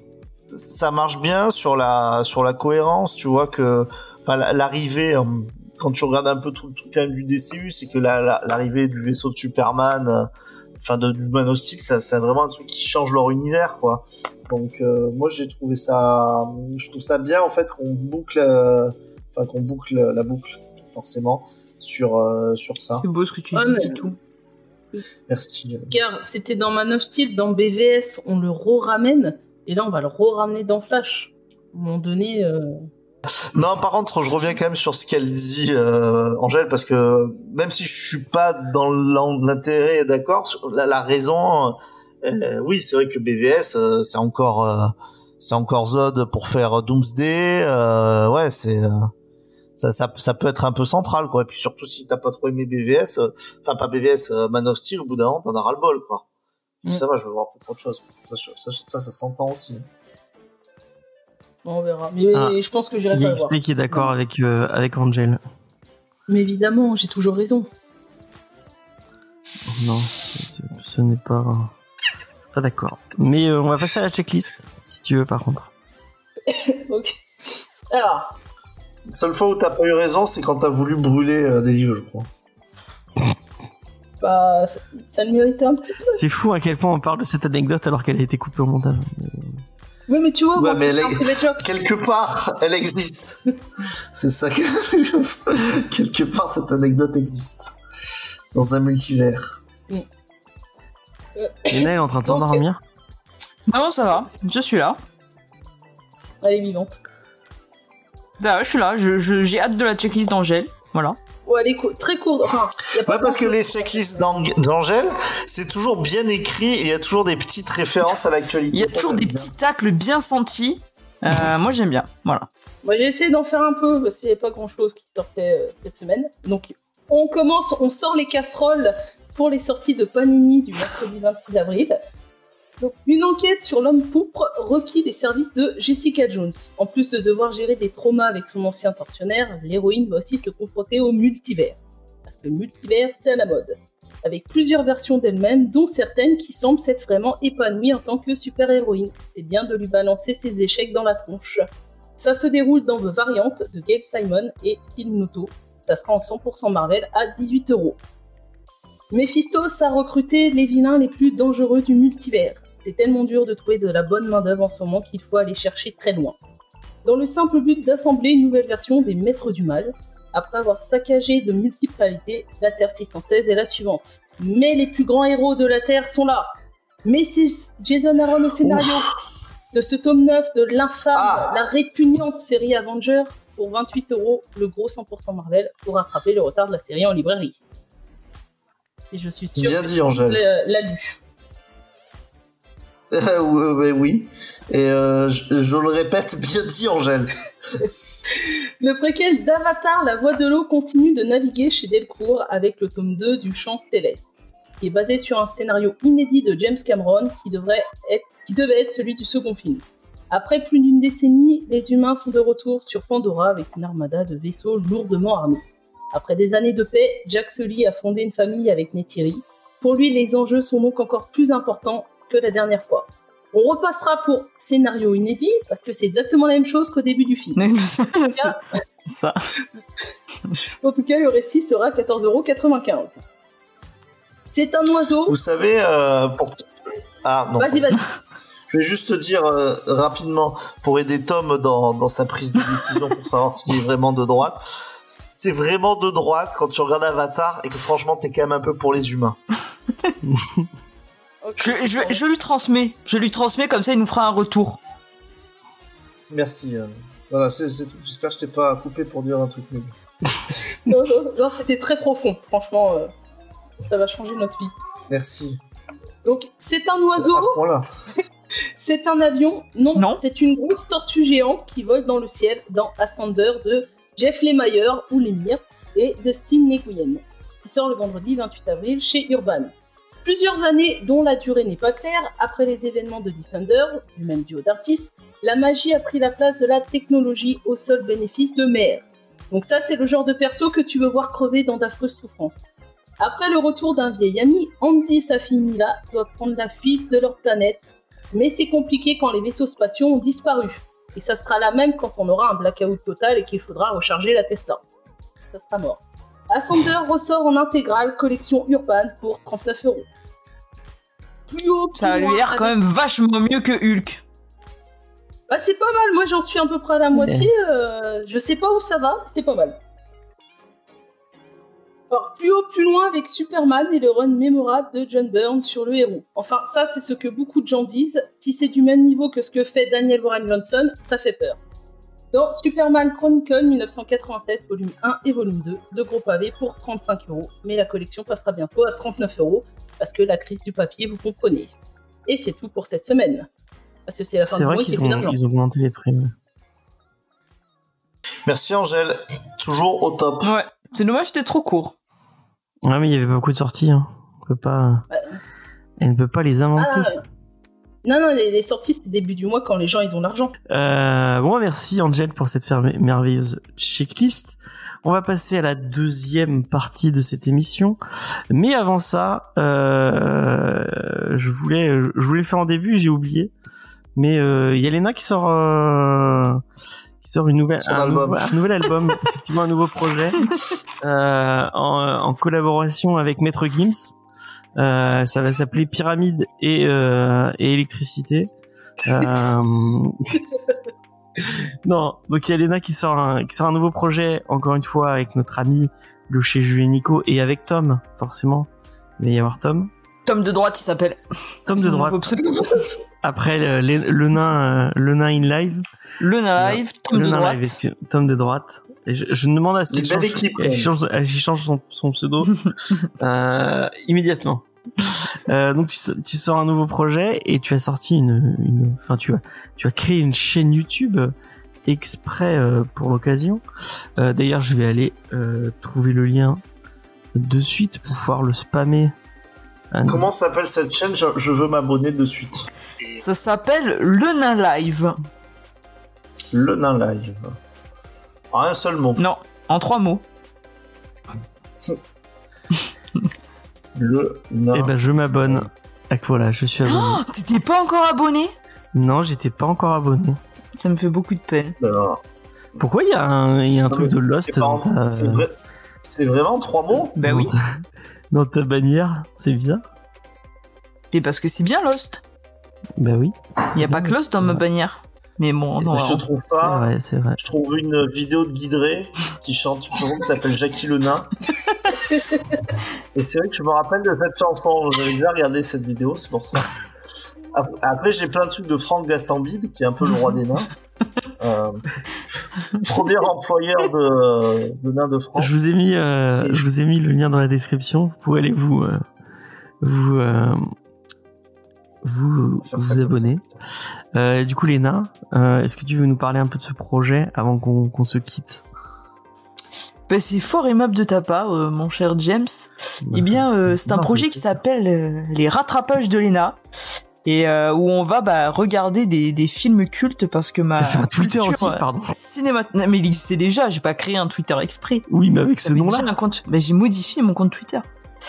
ça marche bien sur la cohérence, tu vois, que l'arrivée quand tu regardes un peu tout le truc quand même du DCU, c'est que l'arrivée du vaisseau de Superman, du Man of Steel, c'est vraiment un truc qui change leur univers, quoi. Donc moi je trouve ça bien en fait qu'on boucle la boucle forcément sur ça. C'est beau ce que tu dis, tout. Merci. Car c'était dans Man of Steel, dans BVS, on le re-ramène, et là on va le re-ramener dans Flash. À un moment donné. Non, par contre, je reviens quand même sur ce qu'elle dit, Angèle, parce que même si je suis pas dans l'intérêt, d'accord, la raison, oui, c'est vrai que BVS, c'est encore Zod pour faire Doomsday, ouais, c'est ça peut être un peu central, quoi. Et puis surtout si t'as pas trop aimé BVS, pas BVS, Man of Steel, au bout d'un moment, t'en as ras le bol, quoi. Ça va, je veux voir peut-être autre chose. Ça s'entend aussi. On verra. Mais je pense que j'irai pas le voir. Il est d'accord avec Angel. Mais évidemment, j'ai toujours raison. Non, ce n'est pas d'accord. Mais on va passer à la checklist, si tu veux, par contre. Ok. Alors. La seule fois où t'as pas eu raison, c'est quand t'as voulu brûler des livres, je crois. Bah, ça le méritait un petit peu. C'est fou à quel point on parle de cette anecdote alors qu'elle a été coupée au montage. Oui, mais tu vois, ouais, mais quelque part, elle existe. C'est ça que quelque part, cette anecdote existe dans un multivers. Lena est en train de s'endormir. Non, ça va. Je suis là. Elle est vivante. Ah, je suis là. J'ai hâte de la checklist d'Angèle. Voilà. Ouais, elle est très courte. Enfin, ouais, parce que les checklists d'Angèle, c'est toujours bien écrit et il y a toujours des petites références à l'actualité. Il y a toujours des petits tacles bien sentis. Moi, j'aime bien. Voilà. Moi, j'ai essayé d'en faire un peu parce qu'il n'y avait pas grand-chose qui sortait cette semaine. Donc, on sort les casseroles pour les sorties de Panini du mercredi 26 avril. Donc, une enquête sur l'homme pourpre requis les services de Jessica Jones. En plus de devoir gérer des traumas avec son ancien tortionnaire, l'héroïne va aussi se confronter au multivers. Parce que le multivers, c'est à la mode. Avec plusieurs versions d'elle-même, dont certaines qui semblent s'être vraiment épanouies en tant que super-héroïne. C'est bien de lui balancer ses échecs dans la tronche. Ça se déroule dans The Variant de Gail Simon et Phil Noto. Ça sera en 100% Marvel à 18€. Mephistos a recruté les vilains les plus dangereux du multivers. C'est tellement dur de trouver de la bonne main-d'œuvre en ce moment qu'il faut aller chercher très loin. Dans le simple but d'assembler une nouvelle version des Maîtres du Mal, après avoir saccagé de multiples réalités, la Terre 616 est la suivante. Mais les plus grands héros de la Terre sont là. Mais c'est Jason Aaron au scénario de ce tome 9 de l'infâme, la répugnante série Avenger pour 28€, le gros 100% Marvel, pour rattraper le retard de la série en librairie. Et je suis sûre que l'a lu. Oui. Et je le répète, bien dit, Angèle. Le préquel d'Avatar, La Voix de l'eau, continue de naviguer chez Delcourt avec le tome 2 du Champ Céleste, qui est basé sur un scénario inédit de James Cameron qui devait être celui du second film. Après plus d'une décennie, les humains sont de retour sur Pandora avec une armada de vaisseaux lourdement armés. Après des années de paix, Jack Sully a fondé une famille avec Neytiri. Pour lui, les enjeux sont donc encore plus importants que la dernière fois. On repassera pour scénario inédit, parce que c'est exactement la même chose qu'au début du film. Ça. En tout cas, le récit sera 14,95€. C'est un oiseau... Vous savez, non. Vas-y. Je vais juste te dire rapidement, pour aider Tom dans sa prise de décision, pour savoir s'il est vraiment de droite. C'est vraiment de droite quand tu regardes Avatar et que franchement, t'es quand même un peu pour les humains. Okay. Je lui transmets. Je lui transmets, comme ça il nous fera un retour. Merci. Voilà, c'est tout. J'espère que je t'ai pas coupé pour dire un truc nul. Non, c'était très profond. Franchement, ça va changer notre vie. Merci. Donc, c'est un oiseau. À ce point-là. C'est un avion. Non, c'est une grosse tortue géante qui vole dans le ciel dans Ascender de Jeff Lemire ou Lemire et Dustin Nguyen, qui sort le vendredi 28 avril chez Urban. Plusieurs années dont la durée n'est pas claire, après les événements de Descender, du même duo d'artistes, la magie a pris la place de la technologie au seul bénéfice de Mère. Donc ça, c'est le genre de perso que tu veux voir crever dans d'affreuses souffrances. Après le retour d'un vieil ami, Andy et sa fille Mila doivent prendre la fuite de leur planète, mais c'est compliqué quand les vaisseaux spatiaux ont disparu. Et ça sera la même quand on aura un blackout total et qu'il faudra recharger la Tesla. ça sera mort. Ascender ressort en intégrale collection Urban pour 39€. Plus haut, plus Ça a loin, l'air quand même vachement mieux que Hulk. Bah c'est pas mal, moi j'en suis à peu près à la moitié, je sais pas où ça va, c'est pas mal. Alors, plus haut, plus loin avec Superman et le run mémorable de John Byrne sur le héros. Enfin, ça c'est ce que beaucoup de gens disent. Si c'est du même niveau que ce que fait Daniel Warren Johnson, ça fait peur. Dans Superman Chronicle 1987, volume 1 et volume 2, de gros pavés pour 35€, mais la collection passera bientôt à 39€, parce que la crise du papier, vous comprenez. Et c'est tout pour cette semaine. Parce que c'est la fin C'est du vrai mois, qu'ils c'est plus d'argent. ont augmenté les prix. Merci Angèle, toujours au top. Ouais, c'est dommage, c'était trop court. Ouais, mais il y avait pas beaucoup de sorties. Hein. Elle ne peut pas les inventer. Non, les sorties, c'est début du mois quand les gens ils ont l'argent. Bon, merci Angel pour cette merveilleuse checklist. On va passer à la deuxième partie de cette émission. Mais avant ça, je voulais faire en début, j'ai oublié. Mais il y a Léna qui sort un nouvel album, effectivement un nouveau projet, en collaboration avec Maître Gims. Ça va s'appeler Pyramide et électricité. Non, donc il y a Léna qui sort un nouveau projet, encore une fois avec notre ami le chez Julien Nico et avec Tom, forcément. Il va y avoir Tom. Tom de droite, il s'appelle. Tom de droite. Après le nain in live. Le nain live, Tom de droite. Live, Tom de droite. Et je demande à ce qu'il change son pseudo immédiatement. Donc tu sors un nouveau projet et tu as sorti tu as créé une chaîne YouTube exprès pour l'occasion. D'ailleurs, je vais aller trouver le lien de suite pour pouvoir le spammer. Comment s'appelle cette chaîne ? Je veux m'abonner de suite. Ça s'appelle Le Nain Live. Le Nain Live. En un seul mot. Non, en 3 mots. Le Nain. Eh ben, je m'abonne. Voilà, je suis abonné. Oh, t'étais pas encore abonné ? Non, j'étais pas encore abonné. Ça me fait beaucoup de peine. Pourquoi il y a un truc de Lost dans ta... C'est vraiment 3 mots ? Bah oui. Dans ta bannière, c'est bizarre. Et parce que c'est bien Lost. Bah oui. Il y a pas que Lost dans ma bannière. Mais bon, non. Je trouve pas. C'est vrai. Je trouve une vidéo de Guidré qui chante une chanson qui s'appelle Jackie le Nain. Et c'est vrai que je me rappelle de cette chanson. J'avais déjà regardé cette vidéo, c'est pour ça. Après, j'ai plein de trucs de Franck Gastambide, qui est un peu le roi des nains. Premier employeur de nains de France. Je vous ai mis le lien dans la description. Vous pouvez aller vous abonner. Du coup, Léna, est-ce que tu veux nous parler un peu de ce projet avant qu'on se quitte ? Ben, c'est fort aimable de ta part, mon cher James. Eh bien, c'est un projet qui s'appelle Les Rattrapages de Léna. Et où on va regarder des films cultes parce que ma... T'as fait un Twitter aussi, pardon. Non, mais il existait déjà, j'ai pas créé un Twitter exprès. Oui, mais avec ce nom-là. Un compte... j'ai modifié mon compte Twitter.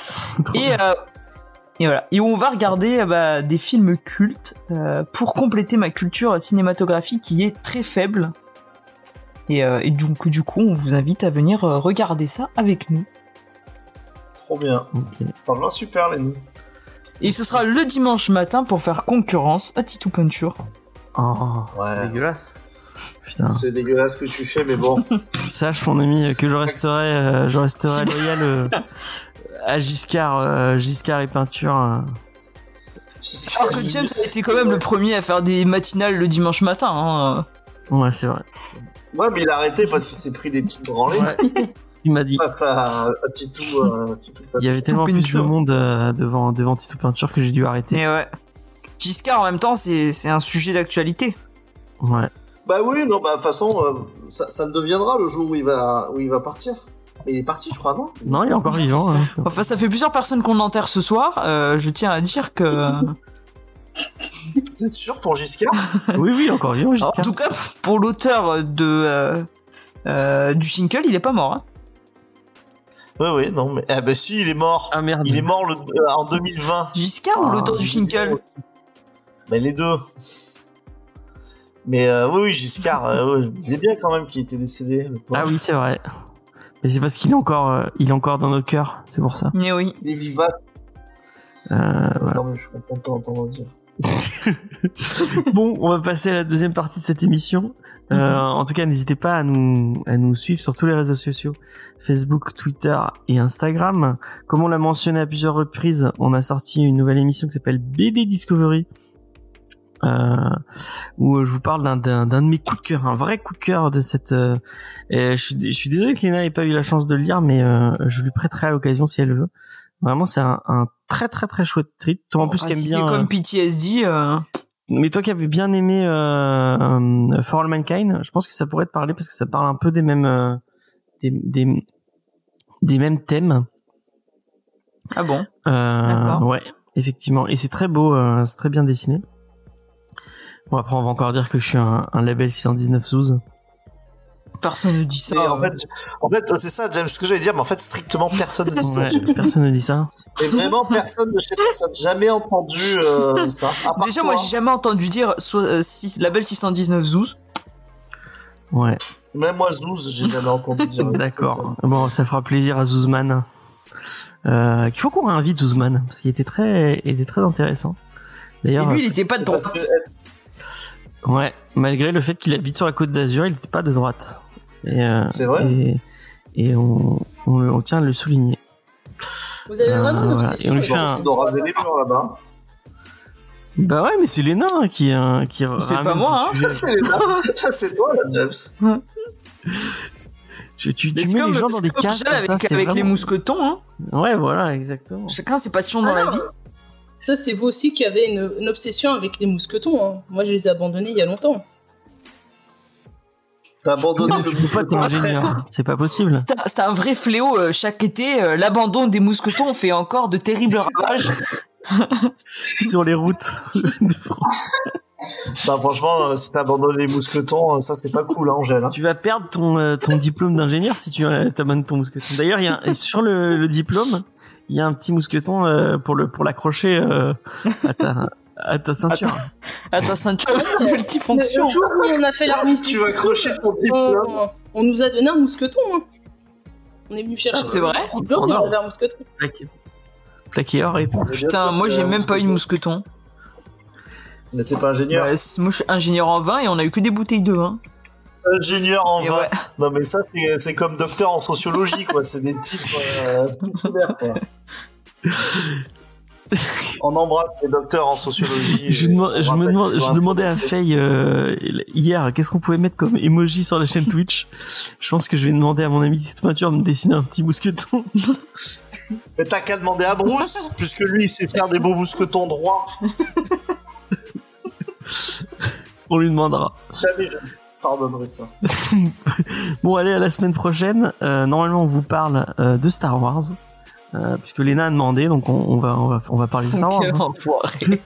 Et voilà. Et où on va regarder des films cultes pour compléter ma culture cinématographique qui est très faible. Et donc, du coup, on vous invite à venir regarder ça avec nous. Trop bien. Okay. Franchement, super, les nous. Et ce sera le dimanche matin pour faire concurrence à Titou Punture. Oh, ouais. C'est dégueulasse. Putain. C'est dégueulasse ce que tu fais, mais bon. Sache, mon ami, que je resterai loyal à Giscard et Peinture. Alors que James a été quand même le premier à faire des matinales le dimanche matin. Hein. Ouais, c'est vrai. Ouais, mais il a arrêté parce qu'il s'est pris des petites branlées. Ouais. Il m'a dit. Face à Titou. Il y avait tellement plus de monde devant Titou Peinture que j'ai dû arrêter. Et ouais. Giscard, en même temps, c'est un sujet d'actualité. Ouais. Bah oui, non, bah de toute façon, ça le deviendra le jour où il va partir. Mais il est parti, je crois, non ? Non, il est encore vivant. Hein. Enfin, ça fait plusieurs personnes qu'on enterre ce soir. Je tiens à dire que... Vous êtes sûr pour Giscard ? Oui, encore vivant, Giscard. Alors, en tout cas, pour l'auteur du Shinkel, il est pas mort. Hein. Oui, non, mais... Eh ben si, il est mort. Ah merde. Il est mort en 2020. Giscard ou l'auteur du Shinkel ? Mais les deux. Mais oui, Giscard, je me disais bien quand même qu'il était décédé. Ah oui, c'est vrai. Et c'est parce qu'il est encore dans nos cœurs, c'est pour ça. Mais oui. Il est vivace. Voilà. Attends, mais je suis content d'entendre dire. Bon, on va passer à la deuxième partie de cette émission. En tout cas, n'hésitez pas à nous suivre sur tous les réseaux sociaux, Facebook, Twitter et Instagram. Comme on l'a mentionné à plusieurs reprises, on a sorti une nouvelle émission qui s'appelle BD Discovery, où je vous parle d'un de mes coups de cœur, un vrai coup de cœur de cette. Et je suis désolé que Léna ait pas eu la chance de le lire, mais je lui prêterai à l'occasion si elle veut. Vraiment, c'est un très très très chouette treat. Toi en plus qui aime bien. C'est comme PTSD. Mais toi qui avais bien aimé For All Mankind, je pense que ça pourrait te parler parce que ça parle un peu des mêmes des mêmes thèmes. Ah bon. D'accord. Ouais, effectivement. Et c'est très beau, c'est très bien dessiné. Bon, après on va encore dire que je suis un label 619 Zouz. Personne ne dit ça. Mais en fait, c'est ça, James, ce que j'allais dire, mais en fait, strictement personne ne dit ça. Ouais, personne ne dit ça. Et vraiment, personne de chez personne, jamais entendu ça. À part Déjà, toi. moi, j'ai jamais entendu dire label 619 Zouz. Ouais. Même moi, Zouz, j'ai jamais entendu dire. D'accord. Bon, ça fera plaisir à Zouzman. Qu'il faut qu'on réinvite Zouzman parce qu'il était très intéressant. Et D'ailleurs. lui, il était pas de droite. Ouais, malgré le fait qu'il habite sur la Côte d'Azur, il n'était pas de droite. Et, c'est vrai. Et on tient à le souligner. Vous avez vraiment une voilà. obsession. Et on lui fait On doit raser les murs là-bas. Bah ouais, mais c'est les nains qui C'est pas ramènent moi, ce hein. sujet. Ça, c'est toi, là, James. Tu mets les gens dans des cases comme ça, avec vraiment... les mousquetons, hein. Ouais, voilà, exactement. Chacun ses passions dans la vie. Ça, c'est vous aussi qui avez une obsession avec les mousquetons. Hein. Moi, je les ai abandonnés il y a longtemps. T'as abandonné Non, tu peux pas, t'es ingénieur. C'est pas possible. C'est un vrai fléau. Chaque été, l'abandon des mousquetons fait encore de terribles ravages. Sur les routes de France. Bah, franchement, si t'abandonnes les mousquetons, ça, c'est pas cool, hein, Angèle. Hein. Tu vas perdre ton diplôme d'ingénieur si tu t'abandonnes ton mousqueton. D'ailleurs, sur le diplôme, il y a un petit mousqueton pour l'accrocher à ta ceinture. À ta ceinture multifonction. Le jour où on a fait l'armistice, Tu vas accrocher ton diplôme. on nous a donné un mousqueton. Hein. On est venu chercher. C'est vrai. Un diplôme, on avait un mousqueton. Plaqué or et tout. Putain, moi j'ai même pas eu de mousqueton. Mais t'es pas ingénieur. Moi je suis ingénieur en vin et on a eu que des bouteilles de vin. Ingénieur en Et vin. ouais. Non, mais ça, c'est comme docteur en sociologie, quoi. C'est des titres ouverts, quoi. On embrasse les docteurs en sociologie. Je demandais à Faye hier qu'est-ce qu'on pouvait mettre comme emoji sur la chaîne Twitch. Je pense que je vais demander à mon ami de peinture de me dessiner un petit mousqueton. Mais t'as qu'à demander à Bruce, puisque lui, il sait faire des beaux mousquetons droits. On lui demandera. Jamais je pardonnerai ça. Bon, allez, à la semaine prochaine. Normalement, on vous parle de Star Wars. Puisque Léna a demandé, donc on va parler de Star Wars. Quel enfoiré.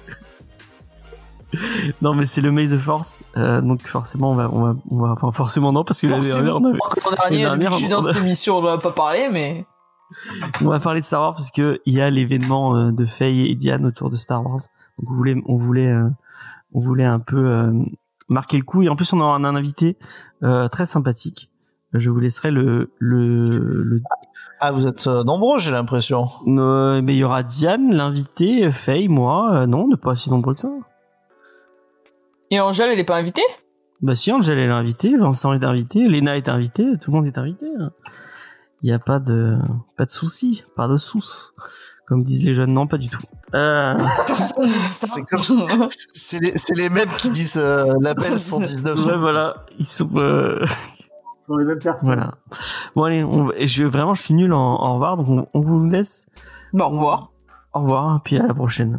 Non, mais c'est le May the Force, donc forcément on va pas forcément non parce que l'année dernière on avait. Depuis que je suis dans cette émission, on en a pas parlé, mais on va parler de Star Wars parce que il y a l'événement de Faye et Diane autour de Star Wars. Donc on voulait un peu marquer le coup et en plus on aura un invité très sympathique. Je vous laisserai le Ah, vous êtes nombreux, j'ai l'impression. mais il y aura Diane, l'invité, Faye, moi, non, on n'est pas si nombreux que ça. Et Angèle, elle est pas invitée? Bah si, Angèle est invitée, Vincent est invité, Léna est invitée, tout le monde est invité. Il y a pas de soucis, pas de soucis. Comme disent les jeunes, non, pas du tout. C'est comme c'est les mêmes qui disent l'appel 119. Ouais, voilà, ils sont les mêmes personnes. Voilà. Bon allez, je suis nul en au revoir, donc on vous laisse. Bon, au revoir. Au revoir, puis à la prochaine.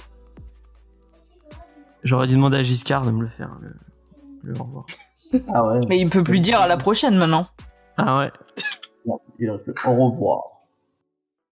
J'aurais dû demander à Giscard de me le faire, le au revoir. Ah ouais. Mais il peut plus dire à la prochaine maintenant. Ah ouais. Non, il reste au revoir.